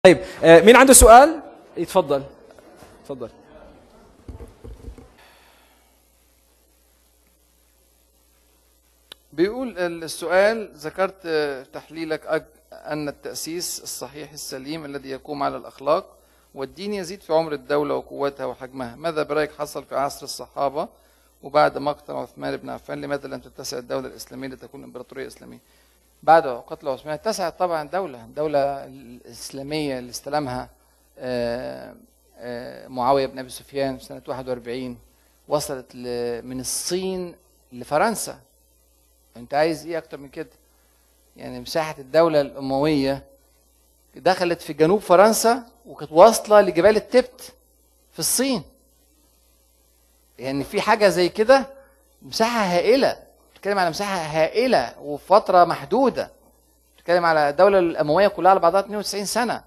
طيب مين عنده سؤال؟ يتفضل. تفضل. بيقول السؤال: ذكرت تحليلك أن التأسيس الصحيح السليم الذي يقوم على الأخلاق والدين يزيد في عمر الدولة وقوتها وحجمها. ماذا برأيك حصل في عصر الصحابة وبعد مقتل عثمان بن عفان؟ لماذا لم تتسع الدولة الإسلامية لتكون إمبراطورية إسلامية؟ بعد قتل عثمان اتسعت طبعا الدولة الإسلامية اللي استلمها معاوية بن أبي سفيان في سنة 41، وصلت من الصين لفرنسا. انت عايز ايه اكتر من كده؟ يعني مساحة الدولة الأموية دخلت في جنوب فرنسا وكانت واصلة لجبال التبت في الصين. يعني في حاجة زي كده، مساحة هائلة، بتتكلم على مساحة هائلة وفي فترة محدودة، بتتكلم على الدولة الأموية كلها على بعضها 92 سنة.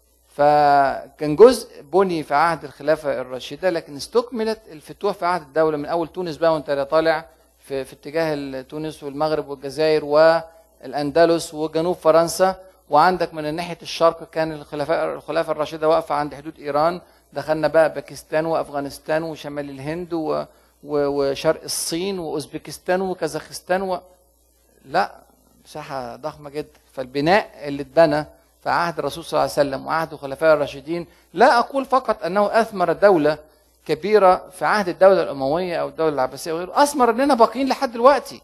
فكان جزء بني في عهد الخلافة الراشدة، لكن استكملت الفتوح في عهد الدولة من أول تونس بقى وانت طالع في اتجاه تونس والمغرب والجزائر والأندلس وجنوب فرنسا. وعندك من ناحية الشرق كان الخلافة الراشدة واقفة عند حدود إيران. دخلنا بقى باكستان وأفغانستان وشمال الهند وشرق الصين وأوزبكستان وكازاخستان لا، مساحة ضخمة جدا. فالبناء اللي اتبنى في عهد الرسول صلى الله عليه وسلم وعهد الخلفاء الراشدين، لا أقول فقط أنه أثمر دولة كبيرة في عهد الدولة الأموية أو الدولة العباسية وغيره، أثمر أننا باقيين لحد دلوقتي.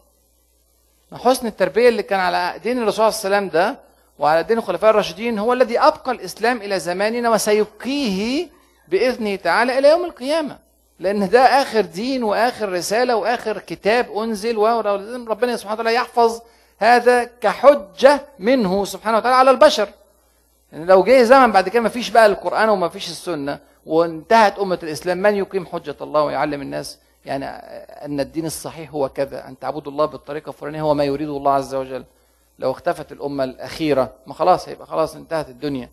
حسن التربية اللي كان على دين الرسول صلى الله عليه وسلم ده وعلى دين الخلفاء الراشدين هو الذي أبقى الإسلام إلى زماننا وسيبقيه بإذنه تعالى إلى يوم القيامة، لأن ده آخر دين وآخر رسالة وآخر كتاب أنزل، وربنا سبحانه وتعالى يحفظ هذا كحجة منه سبحانه وتعالى على البشر. يعني لو جه زمن بعد كده ما فيش بقى القرآن وما فيش السنة وانتهت أمة الإسلام، من يقيم حجة الله ويعلم الناس يعني أن الدين الصحيح هو كذا، أن تعبدوا الله بالطريقة الفلانية هو ما يريده الله عز وجل. لو اختفت الأمة الأخيرة ما خلاص هيبقى خلاص انتهت الدنيا.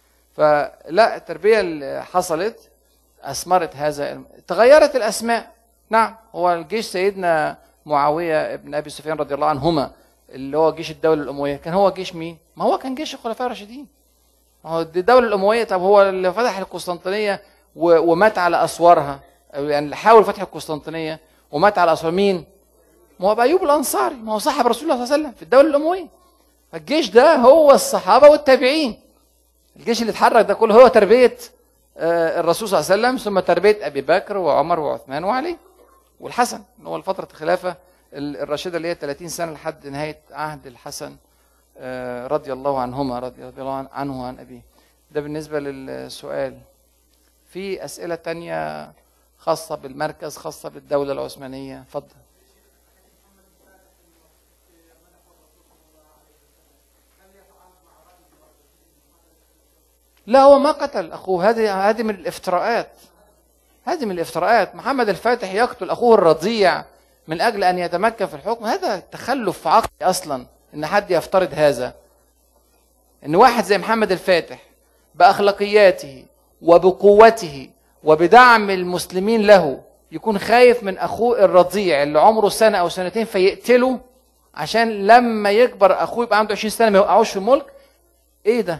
فلا، التربية اللي حصلت أثمرت هذا. تغيرت الأسماء، نعم. هو الجيش سيدنا معاوية ابن أبي سفيان رضي الله عنهما اللي هو جيش الدولة الأموية كان هو جيش مين؟ ما هو كان جيش الخلفاء الراشدين. هو دي الدولة الأموية. طب هو اللي فتح القسطنطينية ومات على أسوارها، يعني حاول فتح القسطنطينية ومات على أسوار مين؟ ما هو أيوب الأنصاري، ما هو صاحب رسول الله صلى الله عليه وسلم في الدولة الأموية. فالجيش ده هو الصحابة والتابعين. الجيش اللي اتحرك ده كله هو تربية الرسول صلى الله عليه وسلم، ثم تربية أبي بكر وعمر وعثمان وعلي والحسن، اللي هو فترة الخلافة الراشدة اللي هي 30 سنة لحد نهاية عهد الحسن رضي الله عنهما، رضي الله عنه وعن أبيه. ده بالنسبة للسؤال. في أسئلة تانية خاصة بالمركز، خاصة بالدولة العثمانية؟ اتفضل. لا، هو ما قتل أخوه. هذه من الافتراءات. هذه من الافتراءات. محمد الفاتح يقتل أخوه الرضيع من أجل أن يتمكن في الحكم؟ هذا تخلف عقلي أصلا إن حد يفترض هذا. إن واحد زي محمد الفاتح بأخلاقياته وبقوته وبدعم المسلمين له يكون خايف من أخوه الرضيع اللي عمره سنة أو سنتين فيقتله عشان لما يكبر أخوه يبقى عنده 20 سنة ما يوقعوش في الملك؟ إيه ده؟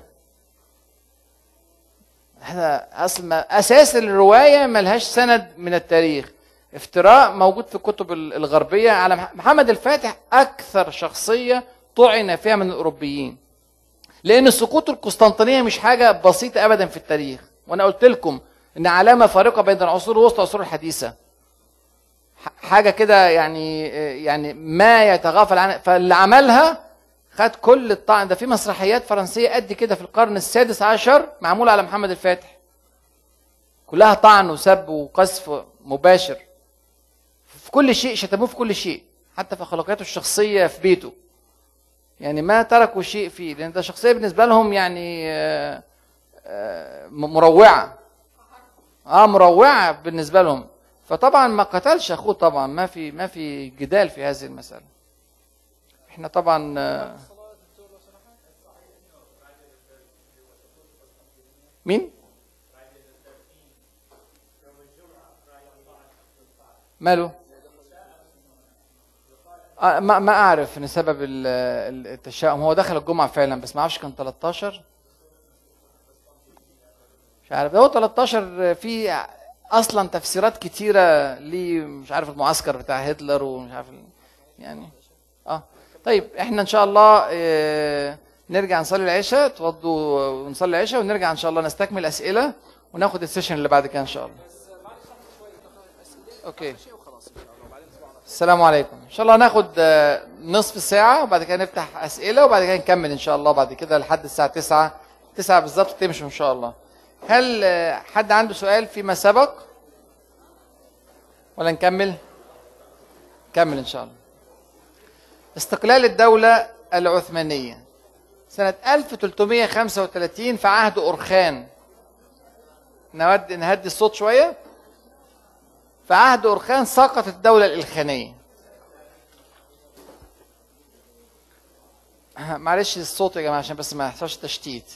هذا أساس الرواية ملهاش سند من التاريخ، افتراء موجود في الكتب الغربية على محمد الفاتح. أكثر شخصية طعن فيها من الأوروبيين، لأن سقوط القسطنطينية مش حاجة بسيطة أبدا في التاريخ. وأنا قلت لكم إن علامة فارقة بين العصور الوسطى والعصور الحديثة، حاجة كده يعني ما يتغافل عنها. فاللي عملها خد كل الطعن ده. في مسرحيات فرنسية قد كده في القرن السادس عشر معمولة على محمد الفاتح، كلها طعن وسب وقذف مباشر في كل شيء، شتموه في كل شيء، حتى في أخلاقياته الشخصية في بيته. يعني ما تركوا شيء فيه، لأن ده شخصية بالنسبة لهم يعني مروعة. مروعة بالنسبة لهم. فطبعا ما قتلش أخوه، طبعا ما في جدال في هذه المسألة. احنا طبعا مين؟ ماله؟ ما اعرف ان سبب التشاؤم. هو دخل الجمعة فعلا بس ما اعرفش كان 13. مش عارف هو 13 في اصلا تفسيرات كتيره ليه، مش عارف المعسكر بتاع هتلر ومش عارف يعني. طيب احنا ان شاء الله نرجع نصلي العشاء، توضوا ونصلي العشاء ونرجع ان شاء الله نستكمل اسئله وناخد السيشن اللي بعد كده ان شاء الله. اوكي السلام عليكم. ان شاء الله هناخد نصف ساعه وبعد كده نفتح اسئله وبعد كده نكمل ان شاء الله بعد كده لحد الساعه 9 بالظبط تمشي ان شاء الله. هل حد عنده سؤال فيما سبق ولا نكمل؟ نكمل ان شاء الله. استقلال الدولة العثمانية سنة 1335 في عهد أورخان. نهدي الصوت شوية. في عهد أورخان سقطت الدولة الإلخانية. معلش الصوت يا جماعة عشان بس ما يحصلش تشتيت.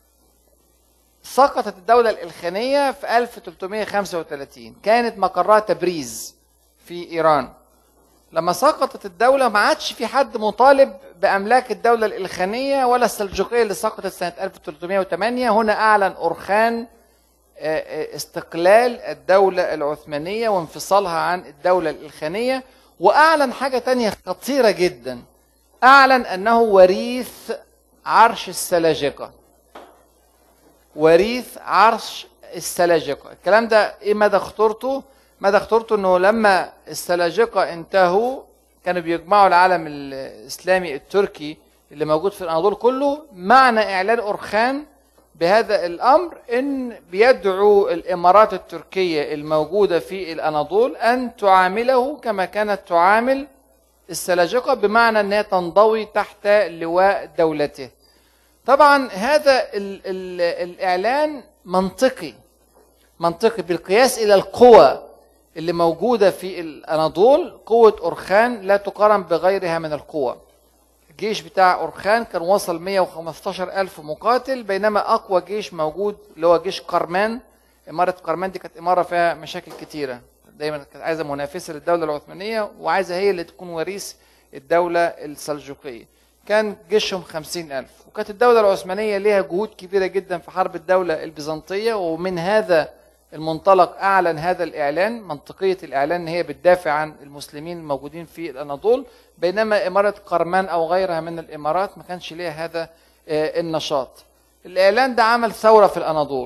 سقطت الدولة الإلخانية في 1335، كانت مقرها تبريز في إيران. لما سقطت الدولة ما عادش في حد مطالب بأملاك الدولة الإلخانية ولا السلجوقية اللي سقطت سنة 1308. هنا أعلن أورخان استقلال الدولة العثمانية وانفصالها عن الدولة الإلخانية، وأعلن حاجة تانية خطيرة جدا، أعلن أنه وريث عرش السلاجقة. وريث عرش السلاجقة. الكلام ده إيه مدى خطورته؟ مدى خطورته انه لما السلاجقه انتهوا كانوا بيجمعوا العالم الاسلامي التركي اللي موجود في الاناضول كله. معنى اعلان اورخان بهذا الامر ان بيدعو الامارات التركيه الموجوده في الاناضول ان تعامله كما كانت تعامل السلاجقه، بمعنى انها تنضوي تحت لواء دولته. طبعا هذا الاعلان منطقي بالقياس الى القوى اللي موجودة في الأناضول. قوة أورخان لا تقارن بغيرها من القوى. الجيش بتاع أورخان كان وصل 115,000 مقاتل، بينما أقوى جيش موجود اللي هو جيش قرمان. إمارة قرمان دي كانت إمارة فيها مشاكل كتيرة، دايما كانت عايزة منافسة للدولة العثمانية وعايزة هي اللي تكون وريث الدولة السلجوقية. كان جيشهم 50,000، وكانت الدولة العثمانية ليها جهود كبيرة جدا في حرب الدولة البيزنطية، ومن هذا المنطلق أعلن هذا الإعلان. منطقية الإعلان إن هي بتدافع عن المسلمين الموجودين في الأناضول، بينما إمارة قرمان أو غيرها من الإمارات ما كانش ليها هذا النشاط. الإعلان ده عمل ثورة في الأناضول.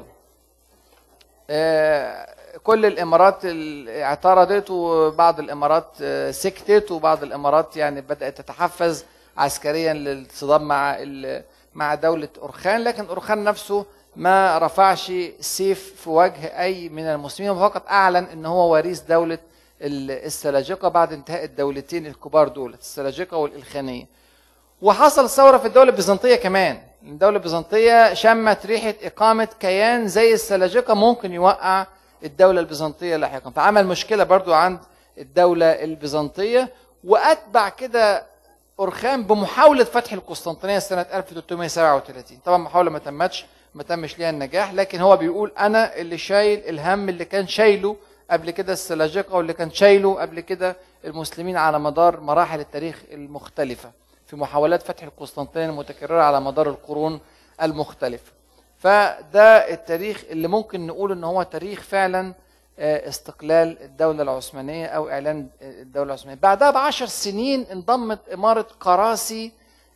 كل الإمارات اعترضت وبعض الإمارات سكتت وبعض الإمارات يعني بدأت تتحفز عسكريا للصدام مع دولة أورخان، لكن أورخان نفسه ما رفعش سيف في وجه أي من المسلمين، وفقط أعلن أن هو وريث دولة السلاجقة بعد انتهاء الدولتين الكبار دول السلاجقة والإلخانية. وحصل ثورة في الدولة البيزنطية كمان. الدولة البيزنطية شمت ريحة إقامة كيان زي السلاجقة ممكن يوقع الدولة البيزنطية لاحقا، فعمل مشكلة برضو عند الدولة البيزنطية. وأتبع كده أورخان بمحاولة فتح القسطنطينية سنة 1337. طبعا محاولة ما تمش ليها النجاح، لكن هو بيقول أنا اللي شايل الهم اللي كان شايله قبل كده السلاجقة واللي كان شايله قبل كده المسلمين على مدار مراحل التاريخ المختلفة في محاولات فتح القسطنطينية المتكررة على مدار القرون المختلفة. فده التاريخ اللي ممكن نقول ان هو تاريخ فعلا استقلال الدولة العثمانية او اعلان الدولة العثمانية. بعدها ب10 سنين انضمت امارة قراسي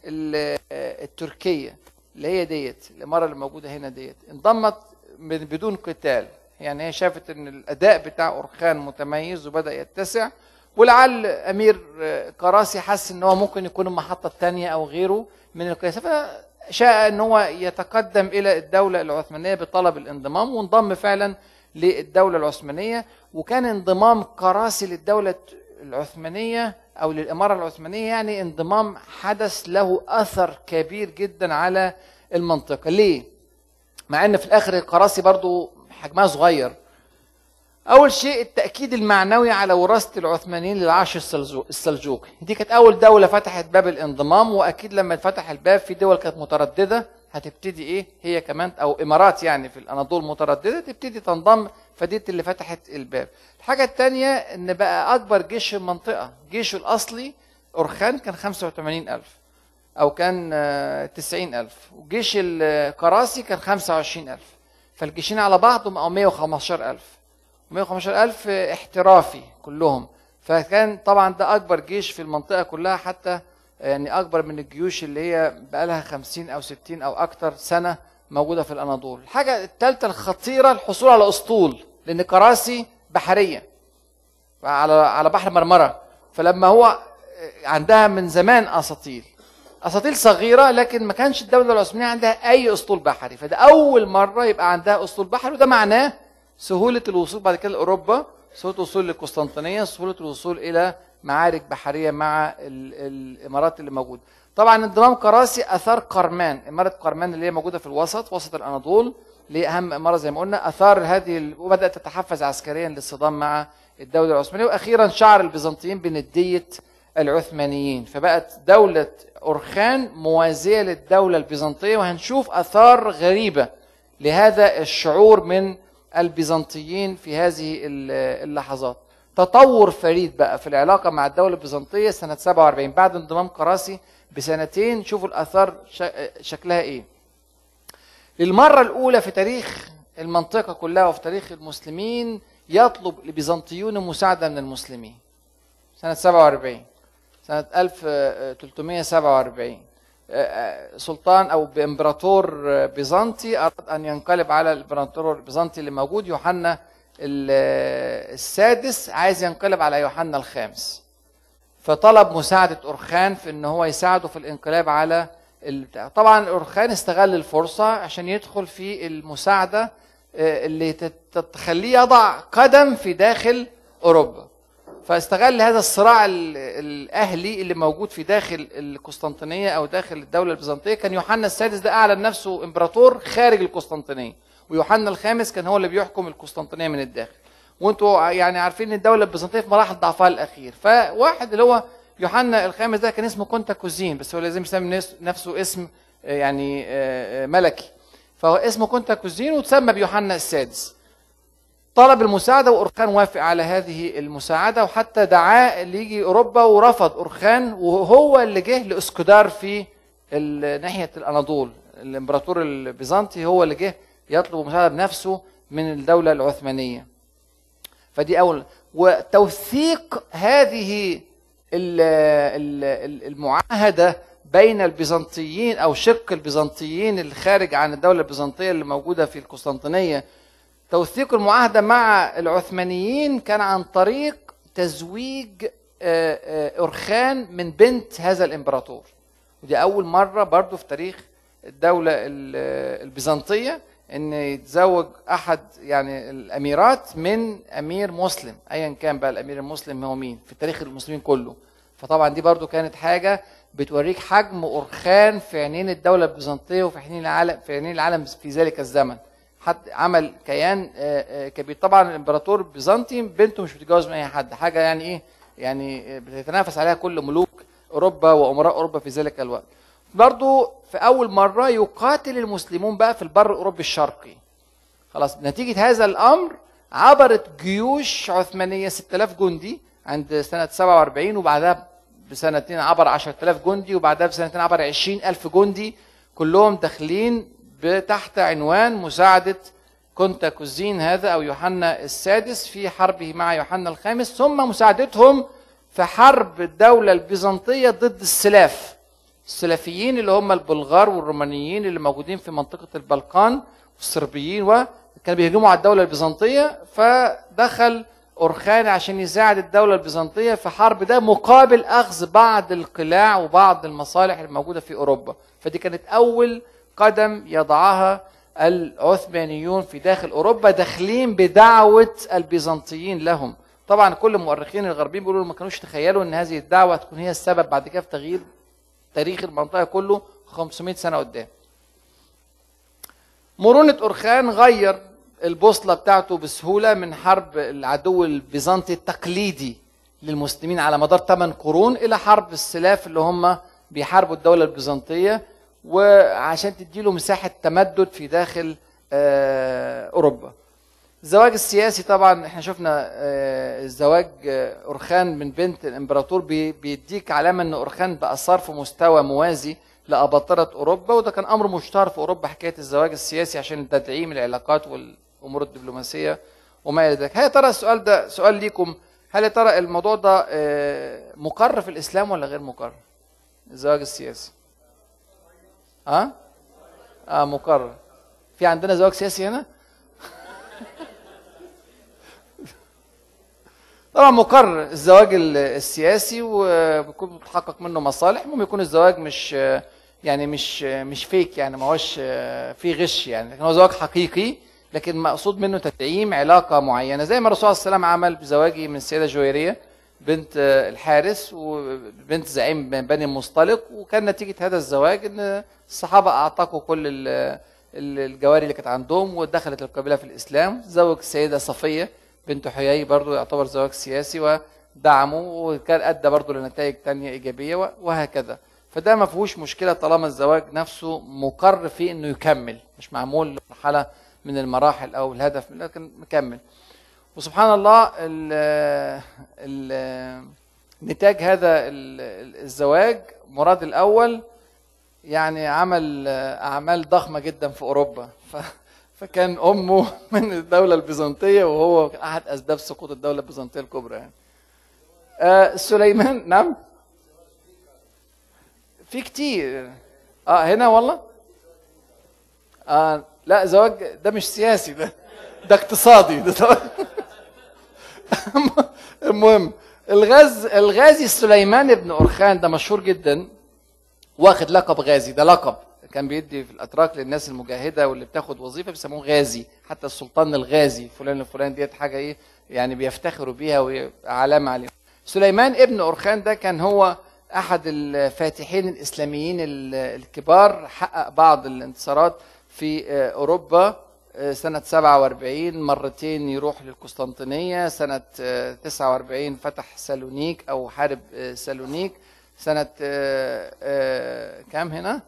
التركية اللي هي ديت الامارة اللي موجودة هنا ديت، انضمت بدون قتال. يعني هي شافت ان الاداء بتاع اورخان متميز وبدأ يتسع، ولعل امير قراسي حس ان هو ممكن يكون المحطة الثانية او غيره من القياسة، فشاء ان هو يتقدم الى الدولة العثمانية بطلب الانضمام، وانضم فعلا للدولة العثمانية. وكان انضمام قراسي للدولة العثمانية او للامارة العثمانية يعني انضمام حدث له اثر كبير جدا على المنطقة. ليه؟ مع ان في الاخر القراسي برضو حجمها صغير. اول شيء التاكيد المعنوي على وراثه العثمانيين للعرش السلجوقي. دي كانت اول دوله فتحت باب الانضمام، واكيد لما اتفتح الباب في دول كانت متردده هتبتدي ايه هي كمان، او امارات يعني في الاناضول متردده تبتدي تنضم، فدي اللي فتحت الباب. الحاجه الثانيه ان بقى اكبر جيش في المنطقه، جيشه الاصلي اورخان كان 85,000 او كان 90,000، وجيش القراسي كان 25,000. فالجيشين على بعضهم بقوا 115,000. 115,000 احترافي كلهم. فكان طبعا ده اكبر جيش في المنطقه كلها، حتى يعني اكبر من الجيوش اللي هي بقى لها 50 او 60 او اكتر سنه موجوده في الاناضول. الحاجه الثالثه الخطيره الحصول على اسطول، لان كراسي بحريه على بحر مرمره. فلما هو عندها من زمان اساطيل صغيره، لكن ما كانش الدوله العثمانيه عندها اي اسطول بحري، فده اول مره يبقى عندها اسطول بحري. وده معناه سهوله الوصول بعد كده لاوروبا، سهوله الوصول للقسطنطينيه، سهوله الوصول الى معارك بحريه مع الامارات اللي موجوده. طبعا انضمام كراسي اثار قرمان، اماره قرمان اللي هي موجوده في وسط الاناضول، اللي هي اهم اماره زي ما قلنا، اثار هذه وبدات تتحفز عسكريا للصدام مع الدوله العثمانيه. واخيرا شعر البيزنطيين بنديه العثمانيين، فبقت دوله أورخان موازيه للدوله البيزنطيه. وهنشوف اثار غريبه لهذا الشعور من البيزنطيين في هذه اللحظات. تطور فريد بقى في العلاقه مع الدوله البيزنطيه سنه 47 بعد انضمام كراسي بسنتين. شوفوا الاثار شكلها ايه. للمره الاولى في تاريخ المنطقه كلها وفي تاريخ المسلمين يطلب البيزنطيون مساعده من المسلمين. سنه 47 سنه 1347 سلطان او امبراطور بيزنطي اراد ان ينقلب على الامبراطور البيزنطي اللي موجود، يوحنا السادس عايز ينقلب على يوحنا الخامس، فطلب مساعده اورخان في ان هو يساعده في الانقلاب على طبعا اورخان استغل الفرصه عشان يدخل في المساعده اللي تخليه يضع قدم في داخل اوروبا. فاستغل هذا الصراع الاهلي اللي موجود في داخل القسطنطينيه او داخل الدوله البيزنطيه. كان يوحنا السادس ده اعلن نفسه امبراطور خارج القسطنطينيه، ويوحنا الخامس كان هو اللي بيحكم القسطنطينيه من الداخل. وانتوا يعني عارفين ان الدوله البيزنطيه في مراحل ضعفها الاخير، فواحد اللي هو يوحنا الخامس ده كان اسمه كونتا كوزين، بس هو لازم يسمي نفسه اسم يعني ملكي، فهو اسمه كونتا كوزين وتسمى بيوحنا السادس. طلب المساعده واورخان وافق على هذه المساعده، وحتى دعاه اللي يجي اوروبا ورفض اورخان، وهو اللي جه لاسكودار في ناحيه الاناضول. الامبراطور البيزنطي هو اللي جه يطلب مساعده بنفسه من الدوله العثمانيه. فدي اول. وتوثيق هذه المعاهده بين البيزنطيين او شق البيزنطيين اللي خارج عن الدوله البيزنطيه اللي موجوده في القسطنطينيه، توثيق المعاهده مع العثمانيين كان عن طريق تزويج اورخان من بنت هذا الامبراطور. ودي اول مره برضو في تاريخ الدوله البيزنطيه ان يتزوج احد يعني الاميرات من امير مسلم، ايا كان بقى الامير المسلم هو مين في تاريخ المسلمين كله. فطبعا دي برضو كانت حاجه بتوريك حجم اورخان في عينين الدوله البيزنطيه وفي عينين العالم في ذلك الزمن. حد عمل كيان كبير. طبعا الامبراطور البيزنطي بنته مش بتتجوز من اي حد، حاجه يعني ايه يعني بتتنافس عليها كل ملوك اوروبا وامراء اوروبا في ذلك الوقت. برضو في اول مره يقاتل المسلمون بقى في البر الاوروبي الشرقي. خلاص نتيجه هذا الامر عبرت جيوش عثمانيه 6000 جندي عند سنه 47، وبعدها بسنتين عبر 10000 جندي، وبعدها بسنتين عبر 20000 جندي، كلهم داخلين تحت عنوان مساعده كونتا كوزين هذا او يوحنا السادس في حربه مع يوحنا الخامس، ثم مساعدتهم في حرب الدوله البيزنطيه ضد السلافيين اللي هم البلغار والرومانيين اللي موجودين في منطقه البلقان والصربيين، وكانوا بيهجموا على الدوله البيزنطيه. فدخل اورخان عشان يساعد الدوله البيزنطيه في حرب ده مقابل اخذ بعض القلاع وبعض المصالح الموجوده في اوروبا. فدي كانت اول قدم يضعها العثمانيون في داخل اوروبا، داخلين بدعوه البيزنطيين لهم. طبعا كل المؤرخين الغربيين بيقولوا ما كانوش تخيلوا ان هذه الدعوه تكون هي السبب بعد كده في تغيير تاريخ المنطقه كله 500 سنه قدام. مرونه اورخان غير البوصله بتاعته بسهوله من حرب العدو البيزنطي التقليدي للمسلمين على مدار 8 قرون الى حرب السلاف اللي هم بيحاربوا الدوله البيزنطيه، وعشان تديله مساحه تمدد في داخل اوروبا. الزواج السياسي طبعا احنا شفنا الزواج اورخان من بنت الامبراطور بيديك علامه ان اورخان بقى صار في مستوى موازي لأباطرة أوروبا، وده كان أمر مشتهر في أوروبا حكاية الزواج السياسي عشان تدعيم العلاقات والأمور الدبلوماسية وما إلى ذلك. هل يا ترى السؤال ده سؤال ليكم، هل يا ترى الموضوع ده مقر في الإسلام ولا غير مقر؟ الزواج السياسي مقر. في عندنا زواج سياسي هنا؟ طبعا مقر الزواج السياسي وبيكون متحقق منه مصالح. المهم يكون الزواج مش يعني مش فيك، يعني ما هوش فيه غش يعني، لكن هو زواج حقيقي، لكن مقصود منه تدعيم علاقه معينه، زي ما الرسول صلى الله عليه وسلم عمل بزواجه من السيده جويريه بنت الحارث وبنت زعيم بني المصطلق. وكان نتيجه هذا الزواج ان الصحابه اعتقوا كل الجواري اللي كانت عندهم ودخلت القبيله في الاسلام. زوج السيده صفيه بنت حيي برضو يعتبر زواج سياسي ودعمه، وكان ادى برضو لنتائج تانية ايجابيه وهكذا. فده ما فيهوش مشكله طالما الزواج نفسه مقر فيه انه يكمل، مش معمول مرحله من المراحل او الهدف، لكن مكمل. وسبحان الله نتاج هذا الزواج مراد الاول يعني عمل اعمال ضخمه جدا في اوروبا، فكان امه من الدوله البيزنطيه، وهو كان احد اسباب سقوط الدوله البيزنطيه الكبرى يعني. سليمان نعم في كتير هنا والله. لا زواج ده مش سياسي، ده اقتصادي ده زواج. المهم الغازي سليمان بن أورخان ده مشهور جدا، واخد لقب غازي. ده لقب كان بيدي في الاتراك للناس المجاهده واللي بتاخد وظيفه بيسموه غازي، حتى السلطان الغازي فلان الفلاني ديت حاجه ايه يعني بيفتخروا بيها وعلامه عليهم. سليمان ابن أورخان ده كان هو احد الفاتحين الاسلاميين الكبار، حقق بعض الانتصارات في اوروبا. سنة 47 مرتين يروح للقسطنطينية، سنة 49 فتح سالونيك أو حارب سالونيك، سنة كام هنا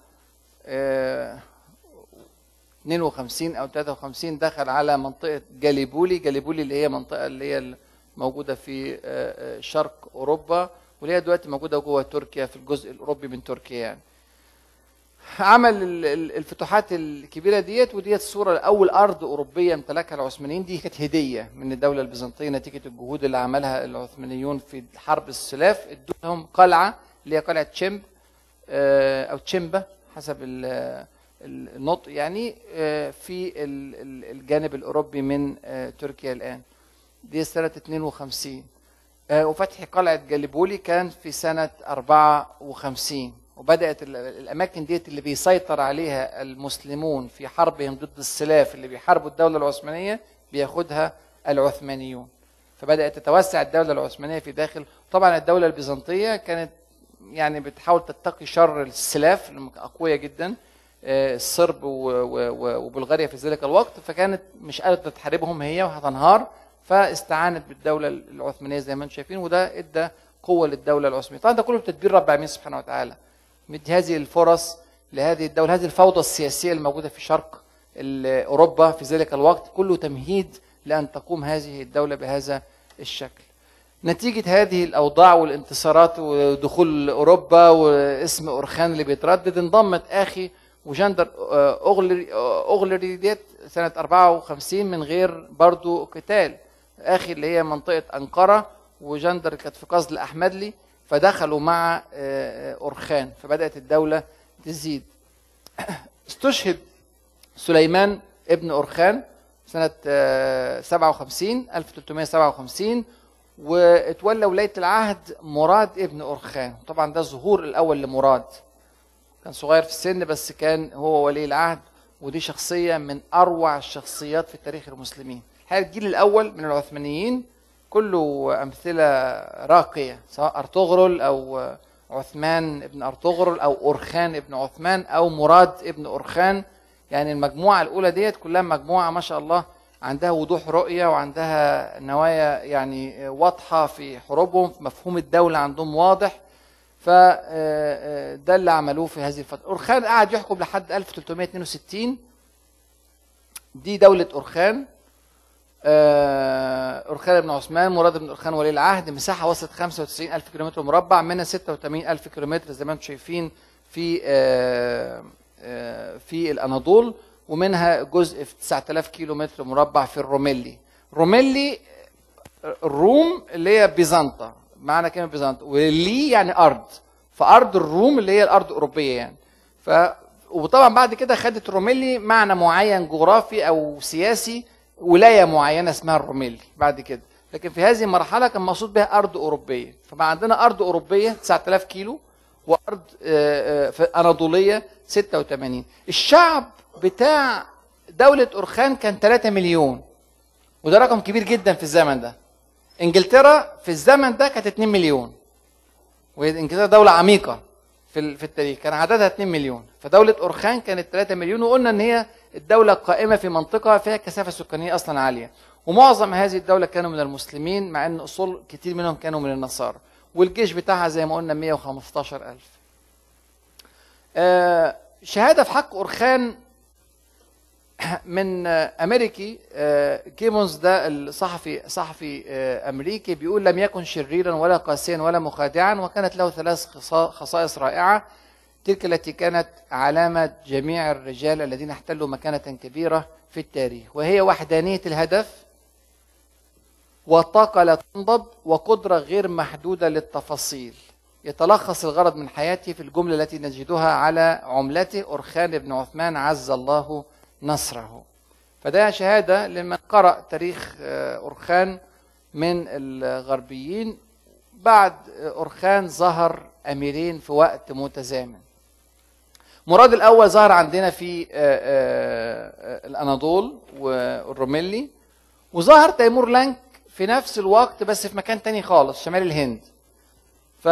52 أو 53 دخل على منطقة جاليبولي اللي هي منطقة اللي هي موجودة في شرق أوروبا، واللي هي دلوقتي موجودة جوه تركيا في الجزء الأوروبي من تركيا يعني. عمل الفتوحات الكبيره ديت، وديت الصوره اول ارض اوروبيه امتلكها العثمانيين. دي كانت هديه من الدوله البيزنطيه نتيجه الجهود اللي عملها العثمانيون في حرب السلاف. ادوا لهم قلعه اللي هي قلعه تشيمب او تشيمبا حسب النطق يعني، في الجانب الاوروبي من تركيا الان. دي سنه 52. وفتح قلعه جاليبولي كان في سنه 54. وبدأت الأماكن ديت اللي بيسيطر عليها المسلمون في حربهم ضد السلاف اللي بيحاربوا الدولة العثمانية بياخدها العثمانيون. فبدأت تتوسع الدولة العثمانية في داخل. طبعا الدولة البيزنطية كانت يعني بتحاول تتقي شر السلاف أقوياء جدا، الصرب وبلغاريا في ذلك الوقت، فكانت مش قادرة تحاربهم هي وهتنهار، فاستعانت بالدولة العثمانية زي ما انتم شايفين، وده ادى قوة للدولة العثمانية. طبعا ده كله بتدبير رب العالمين سبحانه وتعالى، مدي هذه الفرص لهذه الدولة. هذه الفوضى السياسية الموجودة في شرق أوروبا في ذلك الوقت كله تمهيد لأن تقوم هذه الدولة بهذا الشكل. نتيجة هذه الأوضاع والانتصارات ودخول أوروبا واسم أورخان اللي بيتردد، انضمت أخي وجندر أغلري ديت سنة 54 من غير برضو قتال. أخي اللي هي منطقة أنقرة، وجندر كانت في قصد الأحمدلي، فدخلوا مع أورخان، فبدأت الدولة تزيد. استشهد سليمان ابن أورخان سنة 1357 واتولى ولاية العهد مراد ابن أورخان. طبعا ده الظهور الأول لمراد، كان صغير في السن بس كان هو ولي العهد، ودي شخصية من أروع الشخصيات في تاريخ المسلمين. الحقيقة الجيل الأول من العثمانيين كله أمثلة راقية، سواء أرطغرل أو عثمان ابن أرطغرل أو أورخان ابن عثمان أو مراد ابن أورخان. يعني المجموعة الأولى ديت كلها مجموعة ما شاء الله عندها وضوح رؤية وعندها نوايا يعني واضحة في حروبهم، في مفهوم الدولة عندهم واضح. فده اللي عملوه في هذه الفترة. أورخان قعد يحكم لحد 1362. دي دولة أورخان. أورخان بن عثمان، مراد بن أورخان ولي العهد. مساحة وصلت 95,000 كيلومتر مربع، منها 86,000 كيلومتر زي ما انتم شايفين في الأناضول، ومنها جزء في 9000 كيلو متر مربع في الروميلي. روميلي الروم اللي هي بيزنطة، معنى كلمة بيزنطة، ولي يعني أرض، فأرض الروم اللي هي الأرض الأوروبية يعني. وطبعا بعد كده خدت روميلي معنى معين جغرافي أو سياسي، ولاية معينة اسمها الروميلي بعد كده، لكن في هذه المرحلة كان مقصود بها أرض أوروبية. فبقى عندنا أرض أوروبية 9000 كيلو، وأرض أناضولية 86. الشعب بتاع دولة أورخان كان 3 مليون، وده رقم كبير جدا في الزمن ده. انجلترا في الزمن ده كانت 2 مليون، وانجلترا دولة عميقة في التاريخ، كان عددها 2 مليون، فدولة أورخان كانت 3 مليون. وقلنا ان هي الدولة قائمة في منطقة فيها كثافة سكانية اصلا عالية، ومعظم هذه الدولة كانوا من المسلمين، مع ان اصول كتير منهم كانوا من النصارى، والجيش بتاعها زي ما قلنا 115,000. شهادة في حق أورخان من امريكي، جيبونز ده صحفي امريكي، بيقول: لم يكن شريرا ولا قاسيا ولا مخادعا، وكانت له 3 خصائص رائعة، تلك التي كانت علامة جميع الرجال الذين احتلوا مكانة كبيرة في التاريخ، وهي وحدانية الهدف، وطاقة لا تنضب، وقدرة غير محدودة للتفاصيل. يتلخص الغرض من حياته في الجملة التي نجدها على عملته: أورخان بن عثمان عز الله نصره. فده شهادة لمن قرأ تاريخ أورخان من الغربيين. بعد أورخان ظهر أميرين في وقت متزامن. مراد الأول ظهر عندنا في الأناضول والروميلي، وظهر تيمور لانك في نفس الوقت بس في مكان تاني خالص شمال الهند. ف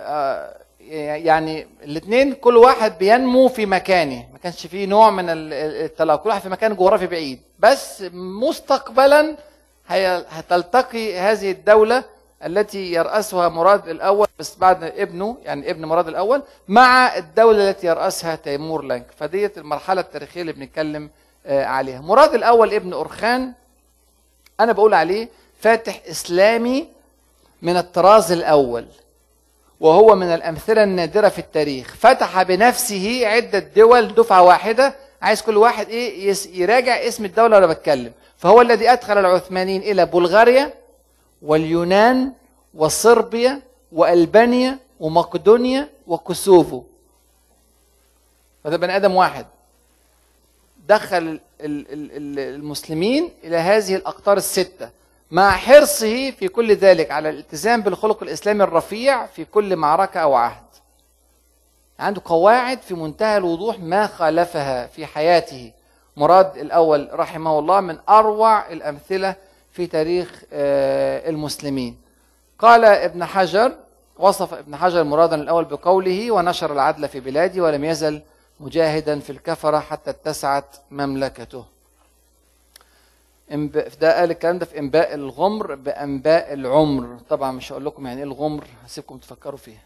يعني الاثنين كل واحد بينمو في مكانه، ما كانش فيه نوع من التلاقي، كل واحد في مكان جغرافي بعيد، بس مستقبلا هتلتقي هذه الدولة التي يرأسها مراد الأول بس بعد ابنه، يعني ابن مراد الأول، مع الدولة التي يرأسها تيمور لانك. فديت المرحلة التاريخية اللي بنتكلم عليها. مراد الأول ابن أورخان أنا بقول عليه فاتح إسلامي من الطراز الأول، وهو من الأمثلة النادرة في التاريخ. فتح بنفسه عدة دول دفعة واحدة. عايز كل واحد يراجع اسم الدولة اللي بتكلم. فهو الذي أدخل العثمانيين إلى بلغاريا واليونان وصربيا وألبانيا ومقدونيا وكوسوفو. هذا بني آدم واحد دخل المسلمين إلى هذه الأقطار الستة، مع حرصه في كل ذلك على الالتزام بالخلق الإسلامي الرفيع في كل معركة أو عهد. عنده قواعد في منتهى الوضوح ما خالفها في حياته. مراد الأول رحمه الله من أروع الأمثلة في تاريخ المسلمين. قال ابن حجر، وصف ابن حجر مرادا الأول بقوله: ونشر العدل في بلادي ولم يزل مجاهدا في الكفرة حتى اتسعت مملكته. ده قال الكلام ده في انباء الغمر بانباء العمر. طبعا مش هقول لكم يعني ايه الغمر، هسيبكم تفكروا فيها.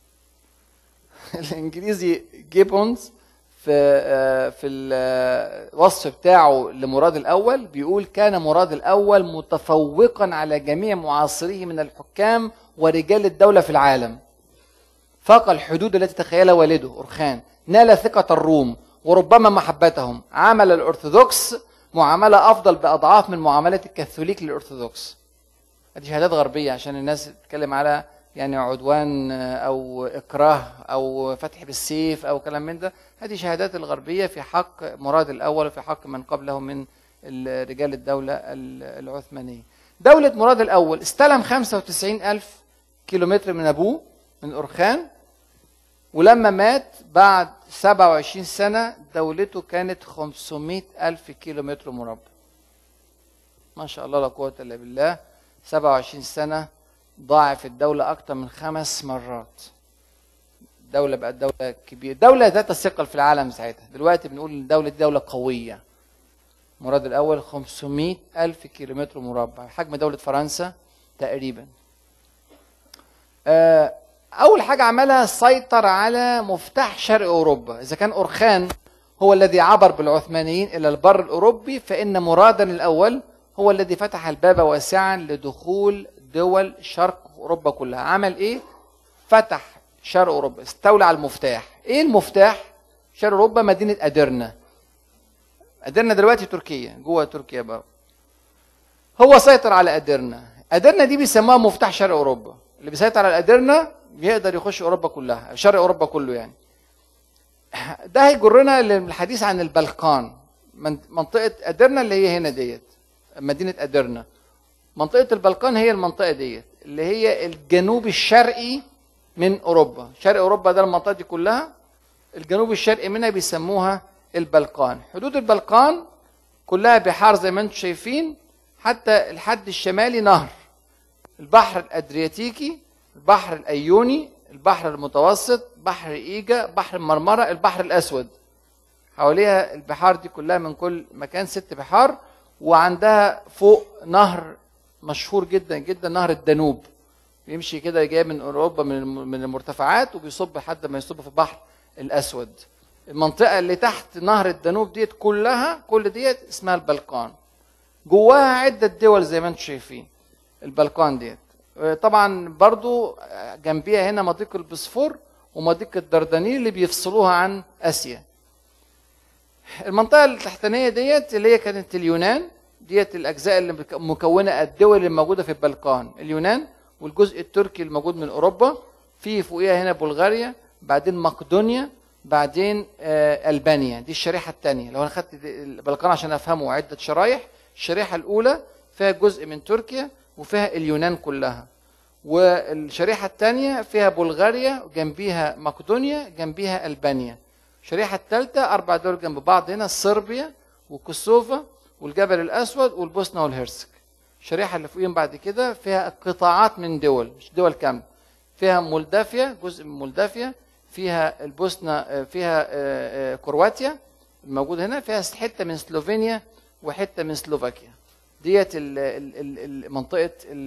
الانجليزي جيبونز في الوصف بتاعه لمراد الاول بيقول: كان مراد الاول متفوقا على جميع معاصريه من الحكام ورجال الدوله في العالم، فاق الحدود التي تخيلها والده أورخان، نال ثقة الروم وربما محبتهم، عامل الأرثوذكس معاملة أفضل بأضعاف من معاملة الكاثوليك للأرثوذكس. هذه شهادات غربية عشان الناس تتكلم على يعني عدوان أو إكراه أو فتح بالسيف أو كلام من ده. هذه شهادات الغربية في حق مراد الأول وفي حق من قبله من رجال الدولة العثمانية. دولة مراد الأول استلم 95,000 كيلومتر من أبوه من أورخان، ولما مات بعد 27 سنة دولته كانت 500,000 كيلومتر مربع. ما شاء الله لا قوة إلا بالله. 27 سنة ضاعف الدولة أكثر من 5 مرات. دولة بقت دولة كبيرة، دولة ذات الثقل في العالم ساعتها. دلوقتي بنقول إن الدولة دي دولة قوية. مراد الأول 500,000 كيلومتر مربع، حجم دولة فرنسا تقريبا. أول حاجة عملها سيطر على مفتاح شرق أوروبا. إذا كان أورخان هو الذي عبر بالعثمانيين إلى البر الأوروبي، فإن مرادا الأول هو الذي فتح الباب واسعا لدخول دول شرق أوروبا كلها. عمل إيه؟ فتح شرق أوروبا، استولى على المفتاح. ايه المفتاح؟ شرق اوروبا مدينه ادرنا. ادرنا دلوقتي تركيا، جوه تركيا بقى. هو سيطر على ادرنا. ادرنا دي بيسموها مفتاح شرق اوروبا. اللي بيسيطر على ادرنا بيقدر يخش اوروبا كلها، شرق اوروبا كله يعني. ده هيجرنا للحديث عن البلقان. منطقه ادرنا اللي هي هنا ديت مدينه ادرنا. منطقه البلقان هي المنطقه ديت اللي هي الجنوب الشرقي من اوروبا. شرق اوروبا ده المنطقه دي كلها، الجنوب الشرقي منها بيسموها البلقان. حدود البلقان كلها بحار زي ما انتم شايفين، حتى الحد الشمالي نهر. البحر الادرياتيكي، البحر الايوني، البحر المتوسط، بحر ايجا، بحر المرمره، البحر الاسود. حواليها البحار دي كلها من كل مكان 6 بحار، وعندها فوق نهر مشهور جدا جدا، نهر الدانوب. بيمشي كده جاي من اوروبا من المرتفعات وبيصب لحد ما يصب في البحر الاسود. المنطقه اللي تحت نهر الدانوب ديت كلها، كل ديت اسمها البلقان. جواها عده دول زي ما انتم شايفين البلقان ديت. طبعا برضو جنبيها هنا مضيق البوسفور ومضيق الدردنيل اللي بيفصلوها عن اسيا. المنطقه التحتانيه ديت اللي هي كانت اليونان، ديت الاجزاء اللي مكونه الدول اللي موجوده في البلقان. اليونان والجزء التركي الموجود من اوروبا، في فوقيها هنا بلغاريا، بعدين مقدونيا، بعدين البانيا. دي الشريحه الثانيه. لو انا خدت البلقان عشان افهمه عده شرايح، الشريحه الاولى فيها جزء من تركيا وفيها اليونان كلها، والشريحه الثانيه فيها بلغاريا وجنبيها مقدونيا جنبيها البانيا. الشريحه الثالثه 4 دول جنب بعض هنا، صربيا وكوسوفا والجبل الاسود والبوسنه والهرسك. الشريحه اللي فوقيهم بعد كده فيها قطاعات من دول، مش دول كامله. فيها مولدافيا، جزء من مولدافيا، فيها البوسنه، فيها كرواتيا الموجود هنا، فيها حته من سلوفينيا وحته من سلوفاكيا. ديت منطقه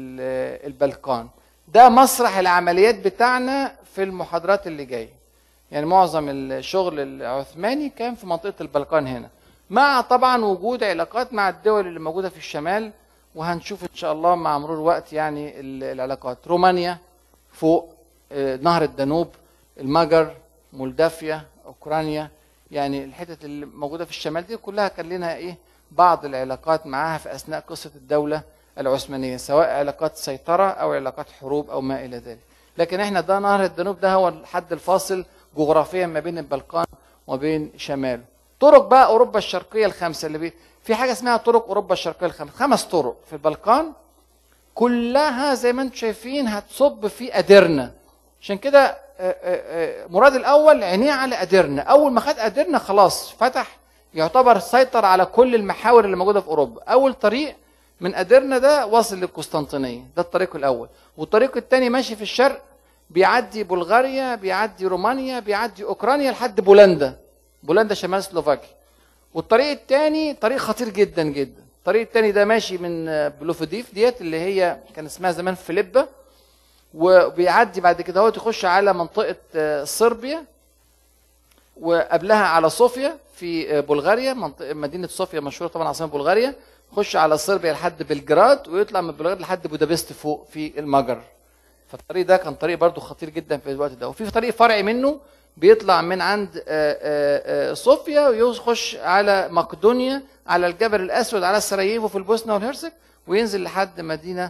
البلقان. ده مسرح العمليات بتاعنا في المحاضرات اللي جايه. يعني معظم الشغل العثماني كان في منطقه البلقان هنا، مع طبعا وجود علاقات مع الدول اللي موجوده في الشمال، وهنشوف ان شاء الله مع مرور الوقت يعني العلاقات. رومانيا فوق نهر الدانوب، المجر، مولدافيا، اوكرانيا، يعني الحتت اللي موجوده في الشمال دي كلها كان لنا ايه بعض العلاقات معاها في اثناء قصه الدوله العثمانيه، سواء علاقات سيطره او علاقات حروب او ما الى ذلك. لكن احنا ده نهر الدانوب ده هو الحد الفاصل جغرافيا ما بين البلقان وبين شماله. طرق بقى اوروبا الشرقيه الخمسه اللي في حاجه اسمها طرق اوروبا الشرقيه الخمسه، 5 طرق في البلقان كلها زي ما انتم شايفين هتصب في ادرنا. عشان كده مراد الاول عينيه على ادرنا. اول ما خد ادرنا خلاص فتح، يعتبر سيطر على كل المحاور اللي موجوده في اوروبا. اول طريق من ادرنا ده واصل للقسطنطينيه، ده الطريق الاول. والطريق الثاني ماشي في الشرق، بيعدي بلغاريا، بيعدي رومانيا، بيعدي اوكرانيا لحد بولندا. بولندا شمال سلوفاكيا. والطريق الثاني طريق خطير جدا جدا. الطريق الثاني ده ماشي من بلوفوديف ديت اللي هي كان اسمها زمان فيليبا، وبيعدي بعد كده هو يخش على منطقه صربيا، وقبلها على صوفيا في بلغاريا. منطقه مدينه صوفيا مشهوره طبعا عاصمه بلغاريا. يخش على صربيا لحد بلجراد، ويطلع من بلغراد لحد بودابست فوق في المجر. فالطريق ده كان طريق برضو خطير جدا في الوقت ده. وفي طريق فرعي منه بيطلع من عند صوفيا ويخش على مقدونيا، على الجبل الاسود، على سراييفو في البوسنه والهرسك، وينزل لحد مدينه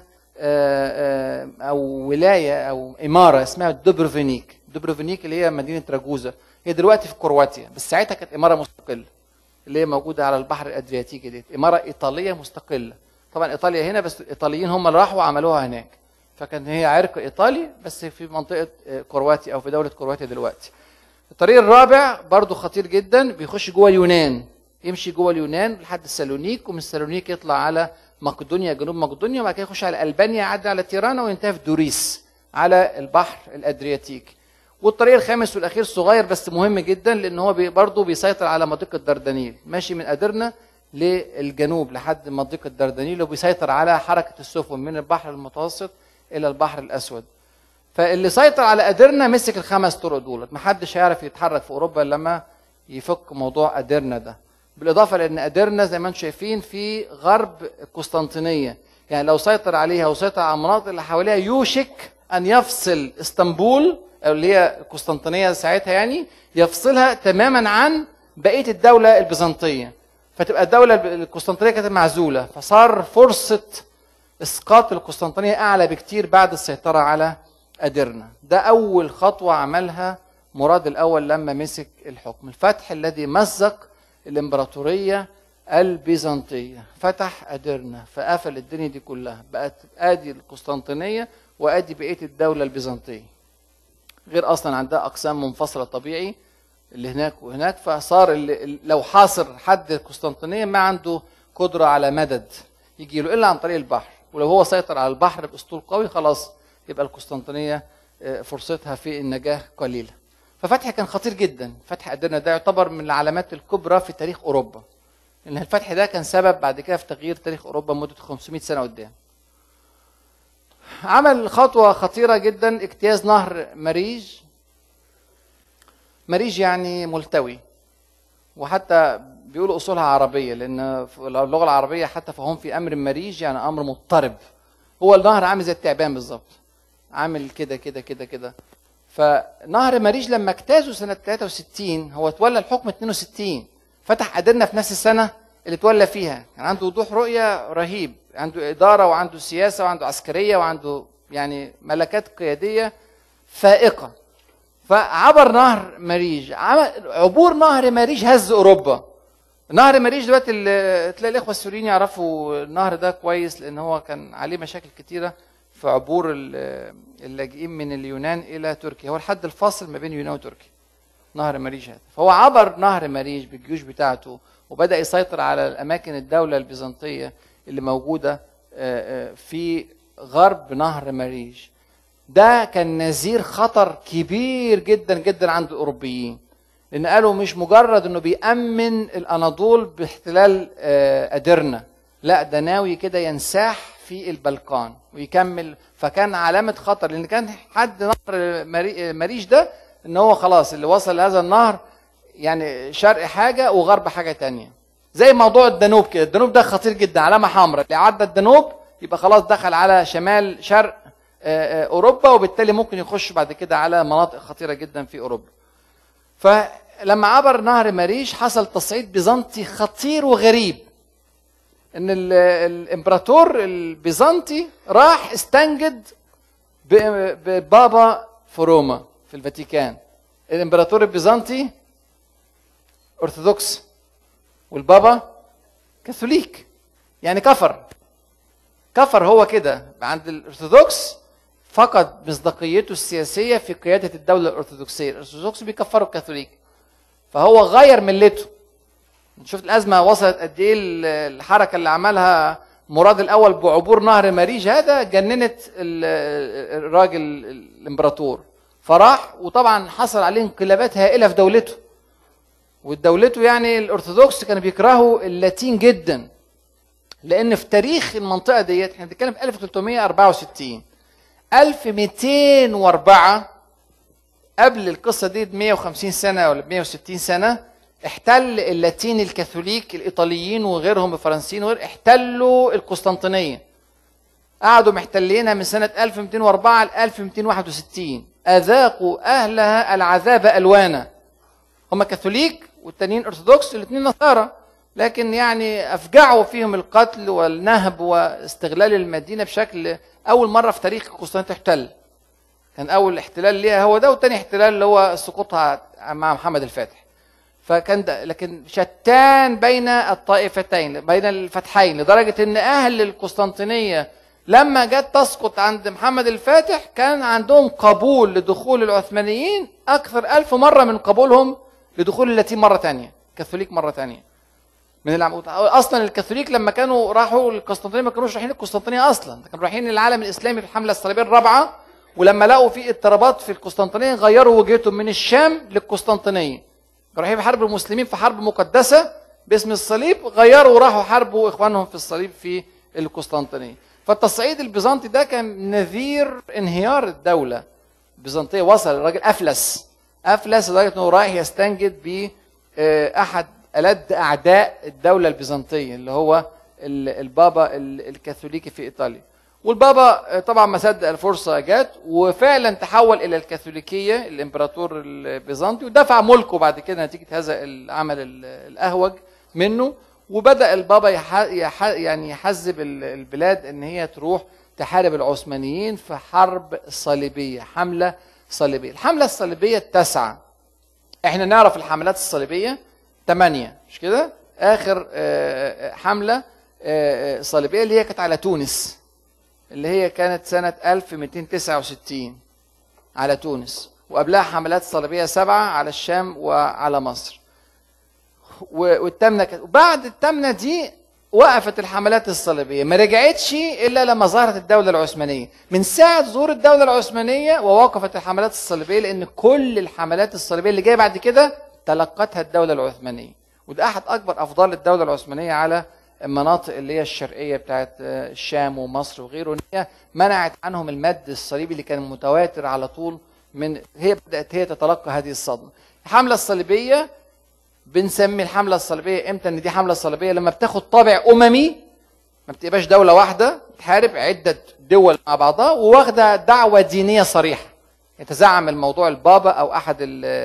او ولايه او اماره اسمها دوبروفينيك. دوبروفينيك اللي هي مدينه راجوزا، هي دلوقتي في كرواتيا، بس ساعتها كانت اماره مستقله اللي هي موجوده على البحر الادرياتيكي. دي اماره ايطاليه مستقله. طبعا ايطاليا هنا، بس الايطاليين هم اللي راحوا وعملوها هناك، فكان هي عرق ايطالي بس في منطقه كرواتيا او في دوله كرواتيا دلوقتي. الطريق الرابع برضو خطير جدا، بيخش جوه اليونان، يمشي جوه اليونان لحد سالونيك، ومن سالونيك يطلع على مقدونيا، جنوب مقدونيا، وبعد كده يخش على البانيا، يعدي على تيرانا، وينتهي في دوريس على البحر الادرياتيكي. والطريق الخامس والاخير صغير بس مهم جدا، لان هو برضه بيسيطر على مضيق الدردنيل، ماشي من ادرنا للجنوب لحد مضيق الدردنيل، وبيسيطر على حركه السفن من البحر المتوسط الى البحر الاسود. فاللي سيطر على ادرنا مسك ال5 طرق دولت. محدش هيعرف يتحرك في اوروبا لما يفك موضوع ادرنا ده. بالاضافه لان ادرنا زي ما انتم شايفين في غرب القسطنطينيه، يعني لو سيطر عليها وسيطر على المناطق اللي حواليها يوشك ان يفصل اسطنبول اللي هي القسطنطينيه ساعتها يعني، يفصلها تماما عن بقيه الدوله البيزنطيه، فتبقى الدوله القسطنطينيه كانت معزوله، فصار فرصه اسقاط القسطنطينيه اعلى بكتير بعد السيطره على ادرنا. ده اول خطوه عملها مراد الاول لما مسك الحكم، الفتح الذي مزق الامبراطوريه البيزنطيه، فتح ادرنا فقفل الدنيا دي كلها، بقت ادي القسطنطينيه وادي بقيه الدوله البيزنطيه، غير اصلا عندها اقسام منفصله طبيعي اللي هناك وهناك، فصار اللي لو حاصر حد القسطنطينيه ما عنده قدره على مدد يجي له الا عن طريق البحر، ولو هو سيطر على البحر باسطول قوي خلاص يبقى القسطنطينيه فرصتها في النجاه قليله. ففتح كان خطير جدا، فتح ادرنا ده يعتبر من العلامات الكبرى في تاريخ اوروبا، لان الفتح ده كان سبب بعد كده في تغيير تاريخ اوروبا مده 500 سنه قدام. عمل خطوه خطيره جدا، اجتياز نهر مريج. مريج يعني ملتوي، وحتى بيقولوا اصولها عربيه، لان في اللغه العربيه حتى فهم في امر مريج يعني امر مضطرب. هو النهر عامل زي التعبان بالظبط، عامل كده كده كده كده. فنهر مريج لما اجتازوا سنه 63، هو تولى الحكم 62، فتح ادرنا في نفس السنه اللي تولى فيها، كان عنده وضوح رؤيه رهيب، عنده اداره وعنده سياسه وعنده عسكريه وعنده يعني ملكات قياديه فائقه. فعبر نهر مريج، عبور نهر مريج هز اوروبا. نهر مريج دلوقتي تلاقي الاخوه السوريين يعرفوا النهر ده كويس، لان هو كان عليه مشاكل كتيره في عبور اللاجئين من اليونان الى تركيا، هو الحد الفاصل ما بين اليونان وتركيا نهر مريج هذا. فهو عبر نهر مريج بالجيوش بتاعته وبدا يسيطر على الاماكن الدوله البيزنطيه اللي موجوده في غرب نهر مريج. ده كان نذير خطر كبير جدا جدا عند الاوروبيين، لان قالوا مش مجرد انه بيأمن الاناضول باحتلال ادرنا، لا ده ناوي كده ينساح في البلقان ويكمل. فكان علامه خطر، لان كان حد نهر مريج ده ان هو خلاص اللي وصل لهذا النهر يعني شرق حاجه وغرب حاجه تانية، زي موضوع الدانوب كده. الدانوب ده خطير جدا، علامه حمراء، اللي عدى الدانوب يبقى خلاص دخل على شمال شرق اوروبا، وبالتالي ممكن يخش بعد كده على مناطق خطيره جدا في اوروبا. فلما عبر نهر مريج حصل تصعيد بيزنطي خطير وغريب، ان الامبراطور البيزنطي راح استنجد ببابا في روما في الفاتيكان. الامبراطور البيزنطي ارثوذكس والبابا كاثوليك، يعني كفر هو كده عند الارثوذكس، فقد مصداقيته السياسيه في قياده الدوله الارثوذكسيه. الارثوذكس بيكفروا الكاثوليك، فهو غير ملته. شفت الازمه وصلت قد ايه؟ الحركه اللي عملها مراد الاول بعبور نهر مريج هذا جننت الراجل الامبراطور، فراح وطبعا حصل عليه انقلابات هائله في دولته. ودولته يعني الارثوذكس كانوا بيكرهوا اللاتين جدا، لان في تاريخ المنطقه ديت احنا بنتكلم في 1364 1204 قبل القصه دي ب 150 سنه ولا ب 160 سنه احتل اللاتين الكاثوليك الايطاليين وغيرهم الفرنسيين وغير احتلوا القسطنطينيه. قعدوا محتلينها من سنه 1204 ل 1261، اذاقوا اهلها العذاب الوانا. هم كاثوليك والتانيين ارثوذكس، الاثنين نصارى، لكن يعني افجعوا فيهم القتل والنهب واستغلال المدينه بشكل اول مره في تاريخ القسطنطينيه تحتل. كان اول احتلال ليها هو ده، والتاني احتلال اللي هو سقوطها مع محمد الفاتح. فكان ده، لكن شتان بين الطائفتين بين الفتحين، لدرجه ان اهل القسطنطينيه لما جت تسقط عند محمد الفاتح كان عندهم قبول لدخول العثمانيين اكثر 1000 مره من قبولهم لدخول اللاتين مره ثانيه، كاثوليك مره ثانيه. اصلا الكاثوليك لما كانوا راحوا القسطنطينيه ما كانوش رايحين القسطنطينيه اصلا، كانوا رايحين العالم الاسلامي في الحمله الصليبيه الرابعه، ولما لقوا في اضطرابات في القسطنطينيه غيروا وجهتهم من الشام للقسطنطينيه. كانوا رايحين يحاربوا المسلمين في حرب مقدسه باسم الصليب، غيروا وراحوا حاربوا اخوانهم في الصليب في القسطنطينيه. فالتصعيد البيزنطي ده كان نذير انهيار الدوله البيزنطيه. وصل الراجل افلس لدرجه انه رايح يستنجد باحد ألد أعداء الدولة البيزنطية اللي هو البابا الكاثوليكي في إيطاليا. والبابا طبعا ما صدق الفرصه جت، وفعلا تحول الى الكاثوليكيه الامبراطور البيزنطي، ودفع ملكه بعد كده نتيجه هذا العمل الاهوج منه. وبدا البابا يعني يحزب البلاد ان هي تروح تحارب العثمانيين في حرب صليبيه، حمله صليبيه. الحمله الصليبيه التاسعه، احنا نعرف الحملات الصليبيه 8 مش كده؟ اخر حمله صليبيه اللي هي كانت على تونس، اللي هي كانت سنه 1269 على تونس، وقبلها حملات صليبيه 7 على الشام وعلى مصر. والثامنه وبعد الثامنه دي وقفت الحملات الصليبيه، ما رجعتش الا لما ظهرت الدوله العثمانيه. من ساعه ظهور الدوله العثمانيه ووقفت الحملات الصليبيه، لان كل الحملات الصليبيه اللي جايه بعد كده تلقتها الدوله العثمانيه. وده احد اكبر افضال الدوله العثمانيه على المناطق اللي هي الشرقيه بتاعت الشام ومصر وغيره، ان هي منعت عنهم المد الصليبي اللي كان متواتر على طول. هي بدات هي تتلقى هذه الصدمه. الحمله الصليبيه بنسمي الحمله الصليبيه امتى ان دي حمله صليبيه؟ لما بتاخد طابع اممي، ما بتبقاش دوله واحده تحارب عده دول مع بعضها، وواخده دعوه دينيه صريحه. يتزعم الموضوع البابا او احد